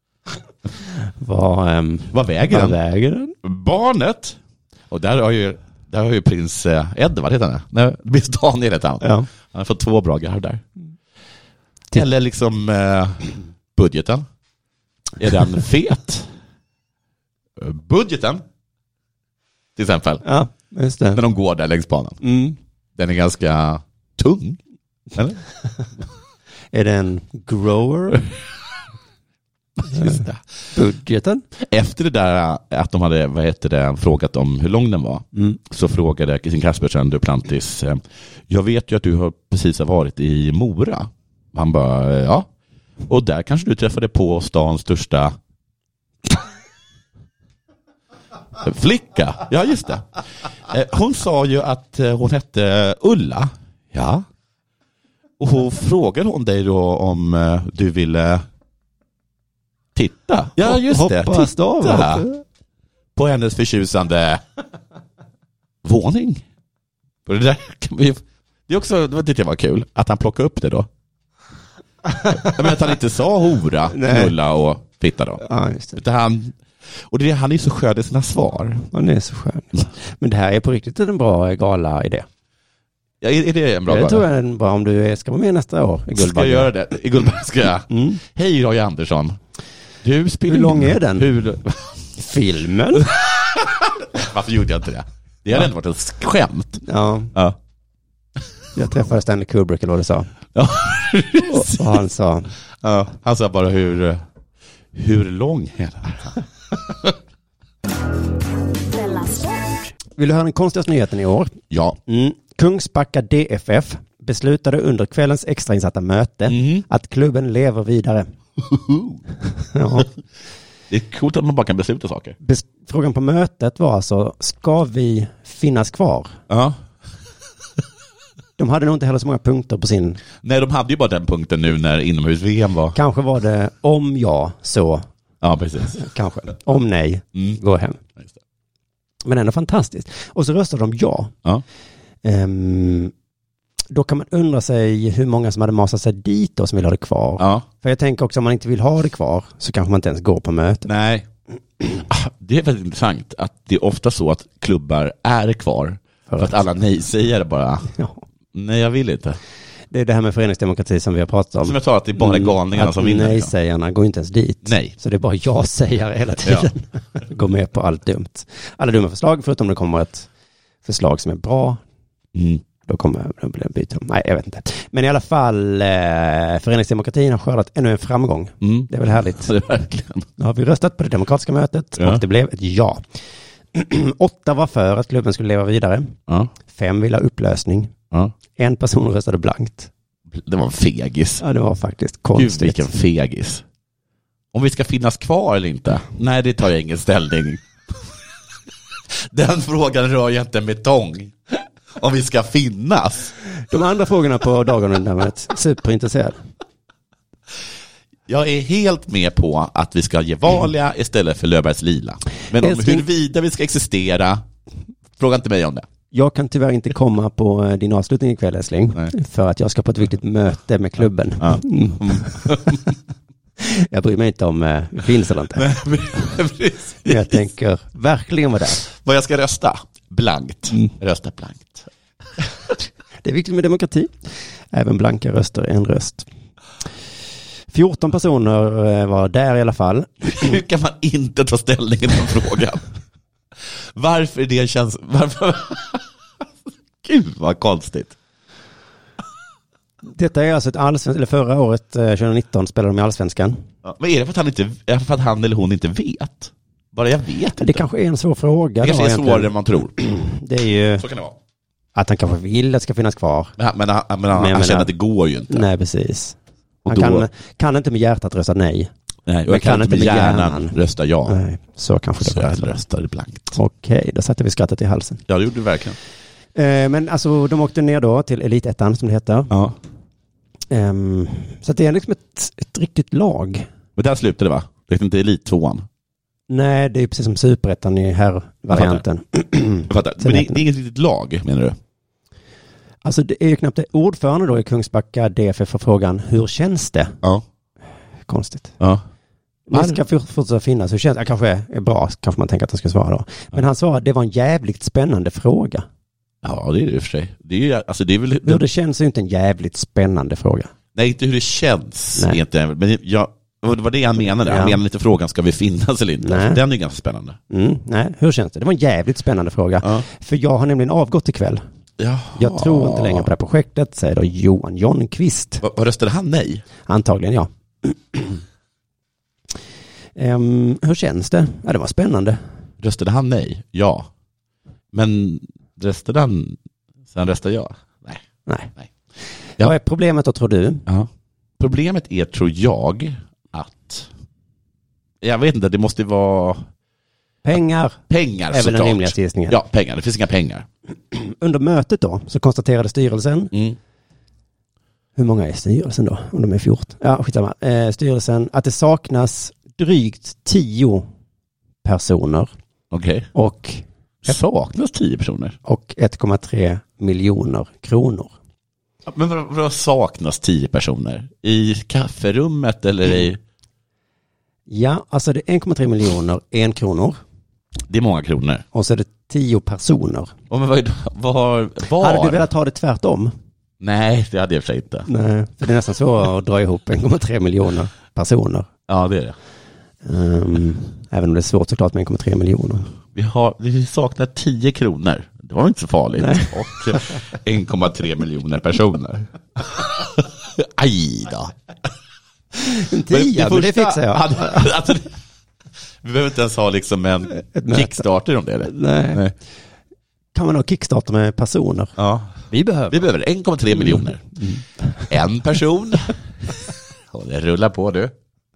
Vad, um, vad väger vad den? väger den? Barnet. Och där har ju, där har ju prins eh, Edvard, heter han. Nej, prins Daniel heter han. Ja. Han har fått två bra garv där. Eller liksom eh, budgeten. Är den fet? Budgeten. Till exempel. Ja, just det. När de går där längs banan. Mm. Den är ganska tung. Eller? Är det en grower? Just det. Budgeten? Efter det där att de hade, vad heter det, frågat om hur lång den var, mm. så frågade Kristin Kaspersen Duplantis, jag vet ju att du har precis har varit i Mora. Han bara, ja. Och där kanske du träffade på stans största flicka. Ja, just det. Hon sa ju att hon hette Ulla. Ja. Och hon frågade hon dig då om du ville titta. Ja, just det. Hoppa titta på hennes förtjusande våning. Och det där kan vi, det är också, det tyckte jag var kul att han plockade upp det då. Jag menar att han inte sa hora, knulla och titta då. Ja, just det. Utan han, och det, han är så skön i sina svar. Han är så skön. Men det här är på riktigt en bra gala-idé. Ja, är, är det en bra jag gala? tror jag är en bra om du ska vara med nästa år i Guldbagge. Ska jag göra det? I Guldbagge ska jag. Mm. Hej Roy Andersson. Du spelar Hur lång är den? Hur... Filmen? Varför gjorde jag inte det? Det hade ja. ändå varit ett skämt. Ja. ja. Jag träffade Stanley Kubrick eller vad det sa. Ja. och, och han sa... Ja, han sa bara hur, hur lång är den? Vill du höra den konstigaste nyheten i år? Ja. Mm. Kungsbacka D F F beslutade under kvällens extrainsatta möte mm. att klubben lever vidare. Ja. Det är coolt att man bara kan besluta saker. Bes- frågan på mötet var alltså, ska vi finnas kvar? Ja. De hade nog inte heller så många punkter på sin... Nej, de hade ju bara den punkten nu när inomhus-V M var. Kanske var det om ja, så... Ja, precis. Kanske. Om nej, mm. gå hem. Just det. Men ändå fantastiskt. Och så röstade de ja. Ja. Um, då kan man undra sig hur många som hade masat sig dit då som vill ha det kvar. Ja. För jag tänker också om man inte vill ha det kvar så kanske man inte ens går på mötet. Nej. Det är väldigt intressant att det är ofta så att klubbar är kvar. För, för att, att alla nej-sägare bara, ja. nej jag vill inte. Det är det här med föreningsdemokrati som vi har pratat om. Som jag sa, att det är bara galningarna mm, som vinner. Nej-sägarna går inte ens dit. Nej. Så det är bara jag-sägare hela tiden. Ja. Går med på allt dumt. Alla dumma förslag, förutom det kommer ett förslag som är bra. Mm. Då kommer det bli en byte. Nej, jag vet inte. Men i alla fall, eh, föreningsdemokratin har skördat ännu en framgång. Mm. Det är väl härligt. Det är verkligen. Nu har vi röstat på det demokratiska mötet ja. och det blev ett ja. Åtta var för att klubben skulle leva vidare. Ja. Fem ville ha upplösning. Ja. En person röstade blankt. Det var en fegis. Ja, det var faktiskt konstigt. Gud, vilken fegis. Om vi ska finnas kvar eller inte? Nej, det tar jag ingen ställning. Den frågan rör jag inte med tång. Om vi ska finnas. De andra frågorna på dagen är jag superintresserad. Jag är helt med på att vi ska ge Valia istället för Löfbergs Lila. Men om Älskling, huruvida vi ska existera, fråga inte mig om det. Jag kan tyvärr inte komma på din avslutning ikväll, älskling. Nej. För att jag ska på ett viktigt möte med klubben. Ja. Mm. Jag bryr mig inte om eh, vi finns eller inte. Nej, jag tänker verkligen vara där. Vad jag ska rösta? Blankt. Mm. Rösta blankt. Det är viktigt med demokrati. Även blanka röster är en röst. fjorton personer var där i alla fall. Hur kan man inte ta ställning i den frågan? Varför det känns... Varför? Gud, vad konstigt. Detta är alltså ett allsvenskt... Eller förra året, tjugonitton, spelade de i Allsvenskan. Ja, men är det för att han, inte, för att han eller hon inte vet? Bara jag vet inte. Det kanske är en svår fråga. Det kanske är svårare än man tror. Det är ju... Så kan det vara. Att han kanske vill att det ska finnas kvar. Men, men, men, han, men han, han känner att det går ju inte. Nej, precis. Han då, kan, kan inte med hjärtat rösta nej. Nej, jag kan, kan inte med hjärnan, hjärnan rösta ja. Nej, så kanske det var. Så jag röstade blankt. Okej, då satte vi skrattet i halsen. Ja, det gjorde du verkligen. Eh, men alltså, de åkte ner då till Elitettan som det heter. Ja. Um, så att det är liksom ett, ett riktigt lag. Men där slutade det, va? Det är inte Elit-tvåan. Nej, det är precis som Superettan i här varianten. Jag fattar. Jag fattar. Men det, det är inget riktigt lag, menar du? Alltså det är ju knappt det. Ordförande då i Kungsbacka D F F för frågan, hur känns det? Ja. Konstigt. Ja. Det ska fortsätta finnas. Hur känns det? Kanske är bra, kanske man tänker att han ska svara då. Men ja. Han svarade, det var en jävligt spännande fråga. Ja, det är det i och för sig. Det är ju, alltså det är väl... Hur det känns är inte en jävligt spännande fråga. Nej, inte hur det känns. Inte, men jag, det var det han menade. Han ja. menade lite frågan, ska vi finnas eller inte? Alltså, den är ganska spännande. Mm, nej, hur känns det? Det var en jävligt spännande fråga. Ja. För jag har nämligen avgått ikväll. Jaha. Jag tror inte längre på det här projektet, säger då Johan Jonqvist. Vad röstade han nej? Antagligen, ja. um, hur känns det? Ja, det var spännande. Röstade han nej? Ja. Men röstade han, sen röstade jag? Nej. Nej. nej. Ja. Vad är problemet då, tror du? Ja. Problemet är, tror jag, att jag vet inte, det måste vara pengar. Pengar, är väl den rimligaste gissningen. Ja, pengar. Det finns inga pengar. Under mötet då så konstaterade styrelsen, mm. hur många är styrelsen då? Om de är fjorton. Ja, skitsamma. Eh, styrelsen, att det saknas drygt tio personer. Okej. Okay. Och det saknas tio personer. Och ett komma tre miljoner kronor. Men vad, vad saknas tio personer? I kafferummet eller i... Ja, alltså det är en komma tre miljoner, en kronor. Det är många kronor. Och så är det tio personer. Och men vad, var, var? Hade du velat ha det tvärtom? Nej, det hade jag för sig inte. Nej, för det är nästan så att dra ihop en komma tre miljoner personer. Ja, det är det. Um, även om det är svårt såklart med en komma tre miljoner. Vi, har, vi saknar tio kronor. Det var inte så farligt. Nej. Och en komma tre miljoner personer. Aj då. En tia, men, men det fixar jag. Hade, alltså, vi behöver inte ens ha liksom en kickstarter om det. Eller? Nej. Nej. Kan man ha kickstarter med personer? Ja. Vi behöver. Vi behöver en komma tre miljoner. Mm. En person. Och det rullar på du.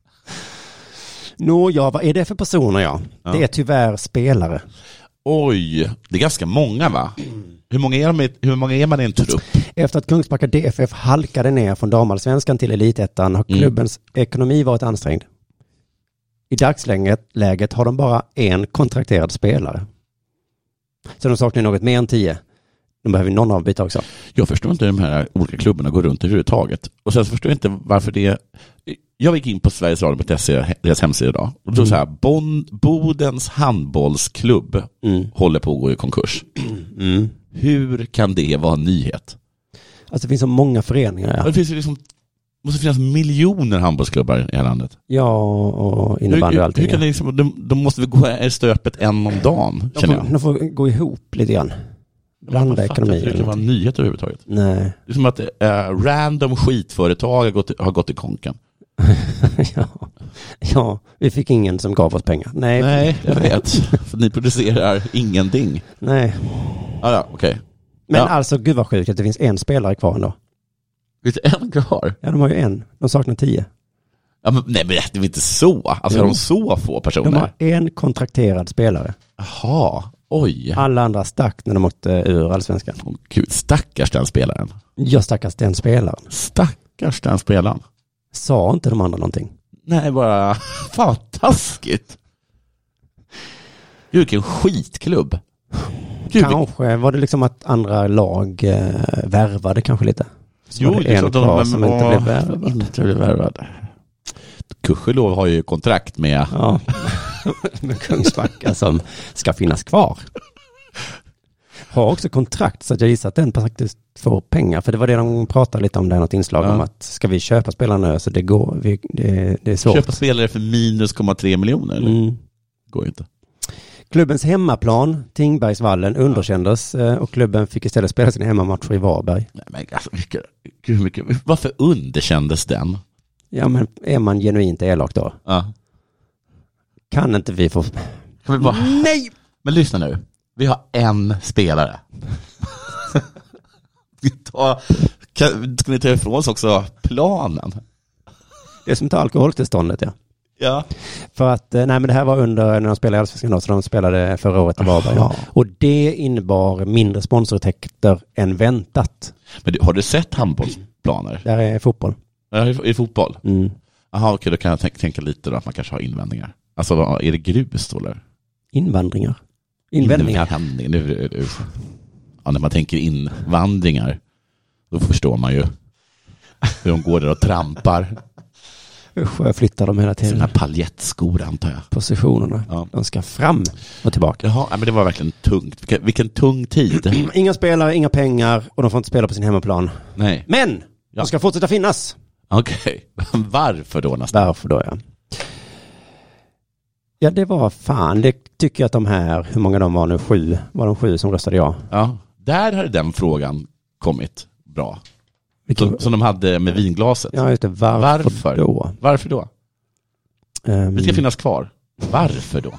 Nå, ja, vad är det för personer, ja? ja? Det är tyvärr spelare. Oj, det är ganska många, va? Mm. Hur många är de, hur många är man i en trupp? Efter att Kungsbacka D F F halkade ner från damallsvenskan till Elitettan har klubbens mm. ekonomi varit ansträngd. I dagsläget läget har de bara en kontrakterad spelare. Så de saknar något mer än tio. De behöver någon avbyta också. Jag förstår inte hur de här olika klubbarna går runt överhuvudtaget. Och sen så förstår jag inte varför det... Jag gick in på Sveriges Radio punkt se, deras hemsida idag. Och då mm. så här, bon, Bodens handbollsklubb mm. håller på att gå i konkurs. Mm. Hur kan det vara en nyhet? Alltså det finns så många föreningar. Ja. Det finns ju liksom, måste finnas miljoner handbollsklubbar i hela landet. Ja, och innebandy och allting. Hur kan det liksom, de, de måste väl gå i stöpet en om dagen, de känner får, jag. De får gå ihop lite grann. Blanda ekonomi. Det kan vara en nyhet överhuvudtaget. Nej. Det är som att äh, random skitföretag har gått, har gått i konken. ja. ja, vi fick ingen som gav oss pengar. Nej, Nej jag vet. För ni producerar ingenting. Nej. Ah, ja, okej. Okay. Men ja. alltså, gud vad sjukt att det finns en spelare kvar ändå. Finns det en kvar? Ja, de har ju en. De saknar tio. Ja, men, nej, men det är inte så. Alltså har de så få personer? De har en kontrakterad spelare. Jaha, oj. Alla andra stack när de åkte ur Allsvenskan. Oh, Gud, stackars den spelaren. Ja, stackars den spelaren. Stackars den spelaren. Sa inte de andra någonting? Nej, bara fan taskigt. Gud, vilken skitklubb. Gud, kanske var det liksom att andra lag eh, värvade kanske lite. Så jo, det det är en kvar de, som inte blev värvad. Inte blev värvad. Kuschelov har ju kontrakt med... Ja, med Kungsbacka som ska finnas kvar. Har också kontrakt, så att jag gissar att den faktiskt får pengar. För det var det de pratade lite om, det något inslag ja. om att ska vi köpa spelarna nu så det går, vi, det, det är svårt. Köpa spelare för minus komma tre miljoner eller? Mm. Går inte. Klubbens hemmaplan, Tingbergsvallen, underkändes och klubben fick istället spela sina hemmamatcher i Varberg. Nej, men alltså, mycket, gud, mycket, varför underkändes den? Ja, men är man genuint elak då? Ja. Kan inte vi få... Kan vi bara... Nej! Men lyssna nu. Vi har en spelare. ta, kan, ska ni ta ifrån oss också planen? Det är som tar alkoholtillståndet, ja. Ja. För att, nej men det här var under när de spelade i Allsvenskan, så de spelade förra året i Varberg. Ja. Och det innebar mindre sponsorintäkter än väntat. Men du, har du sett handbollsplaner? Där är fotboll. Ja, i, i fotboll? Mm. Jaha, okej, då kan jag tänka, tänka lite då att man kanske har invändningar. Alltså, är det grus då eller? Invandringar. Invändningar. Invändningar. Nu, nu. Ja, när man tänker invandringar, då förstår man ju hur de går där och trampar. Usch, jag flyttar dem hela tiden. Såna paljettskor antar jag. Positionerna. Ja. De ska fram och tillbaka. Jaha, men det var verkligen tungt. Vilken, vilken tung tid. Inga spelare, inga pengar och de får inte spela på sin hemmaplan. Nej. Men ja. de ska fortsätta finnas. Okej. Okay. Varför då nästan? Varför då, ja. Ja, det var fan. Det tycker jag att de här, hur många de var nu, sju, var de sju som röstade ja. Ja, där har den frågan kommit bra. Som, som de hade med vinglaset. Ja, just det. Varför, Varför då? Varför då? Um... Det ska finnas kvar. Varför då?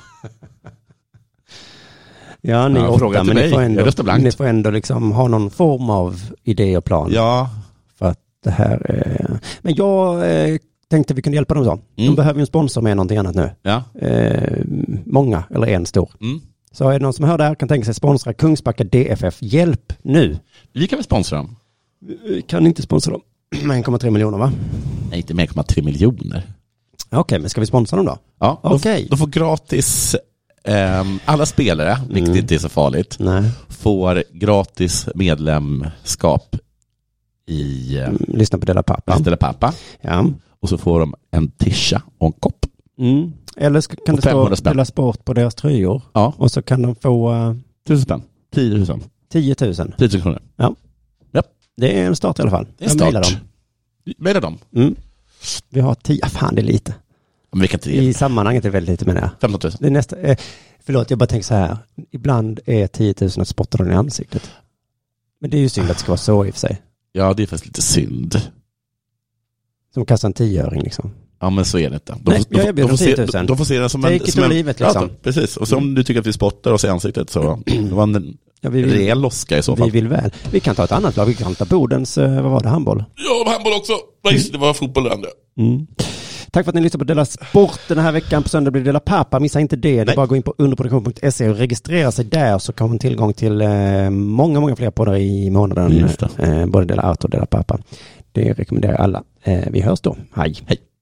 Ja, ni ja, åtta, men ni får, ändå, ni får ändå liksom ha någon form av idé och plan. Ja. För att det här är... Men jag eh, tänkte vi kunde hjälpa dem så. Mm. De behöver ju en sponsor med någonting annat nu. Ja. Eh, många, eller en stor. Mm. Så är det någon som hör där kan tänka sig sponsra Kungsbacka D F F. Hjälp nu. Vi kan väl sponsra dem? Vi kan inte sponsra dem. en komma tre miljoner, va? Nej, inte med en komma tre miljoner. Okej, okay, men ska vi sponsra dem då? Ja, okay. de, de får gratis... Um, alla spelare, mm. vilket inte är så farligt, Nej. får gratis medlemskap i... Mm, lyssna på Della Pappa. Della Pappa. Ja. Och så får de en tisha och en kopp. Mm. Eller ska, kan och det stå Della Sport på deras tröjor. Ja. Och så kan de få... Uh, tusen spänn. Tio tusen. Tio tusen. Tio tusen kronor. Ja. Ja. Det är en start i alla fall. Det är en start. Mejla dem. Mejla dem. Mm. Vi har tio... Ah, fan, det är lite. Men vi kan inte I sammanhanget är det väldigt lite, menar jag. femton tusen. Det är nästa... Eh, förlåt, jag bara tänker så här. Ibland är tio tusen att spotta dem i ansiktet. Men det är ju synd att det ska vara så i och för sig. Ja, det är faktiskt lite synd. Som kastar en tioöring liksom. Ja, men så är det inte. De, Nej, de, jag de, får se, de, de får se det som Take en... Som en livet, liksom. Ja, precis. Och så om du tycker att vi spottar oss i ansiktet så det var en ja, vi vill, rejäl loska i så fall. Vi vill väl. Vi kan ta ett annat lag. Vi kan ta Bodens, vad var det, handboll? Ja, handboll också. Nej, det var fotboll det andra. Mm. Tack för att ni lyssnade på Della Sport den här veckan. På söndag blir det Della Pappa. Missa inte det. Det är bara att gå in på underproduktion punkt se och registrera sig där, så kan man tillgång till eh, många, många fler poddar i månaden. Eh, både Della Art och Della Pappa. Det rekommenderar alla. Eh, vi hörs då. Hej. Hej.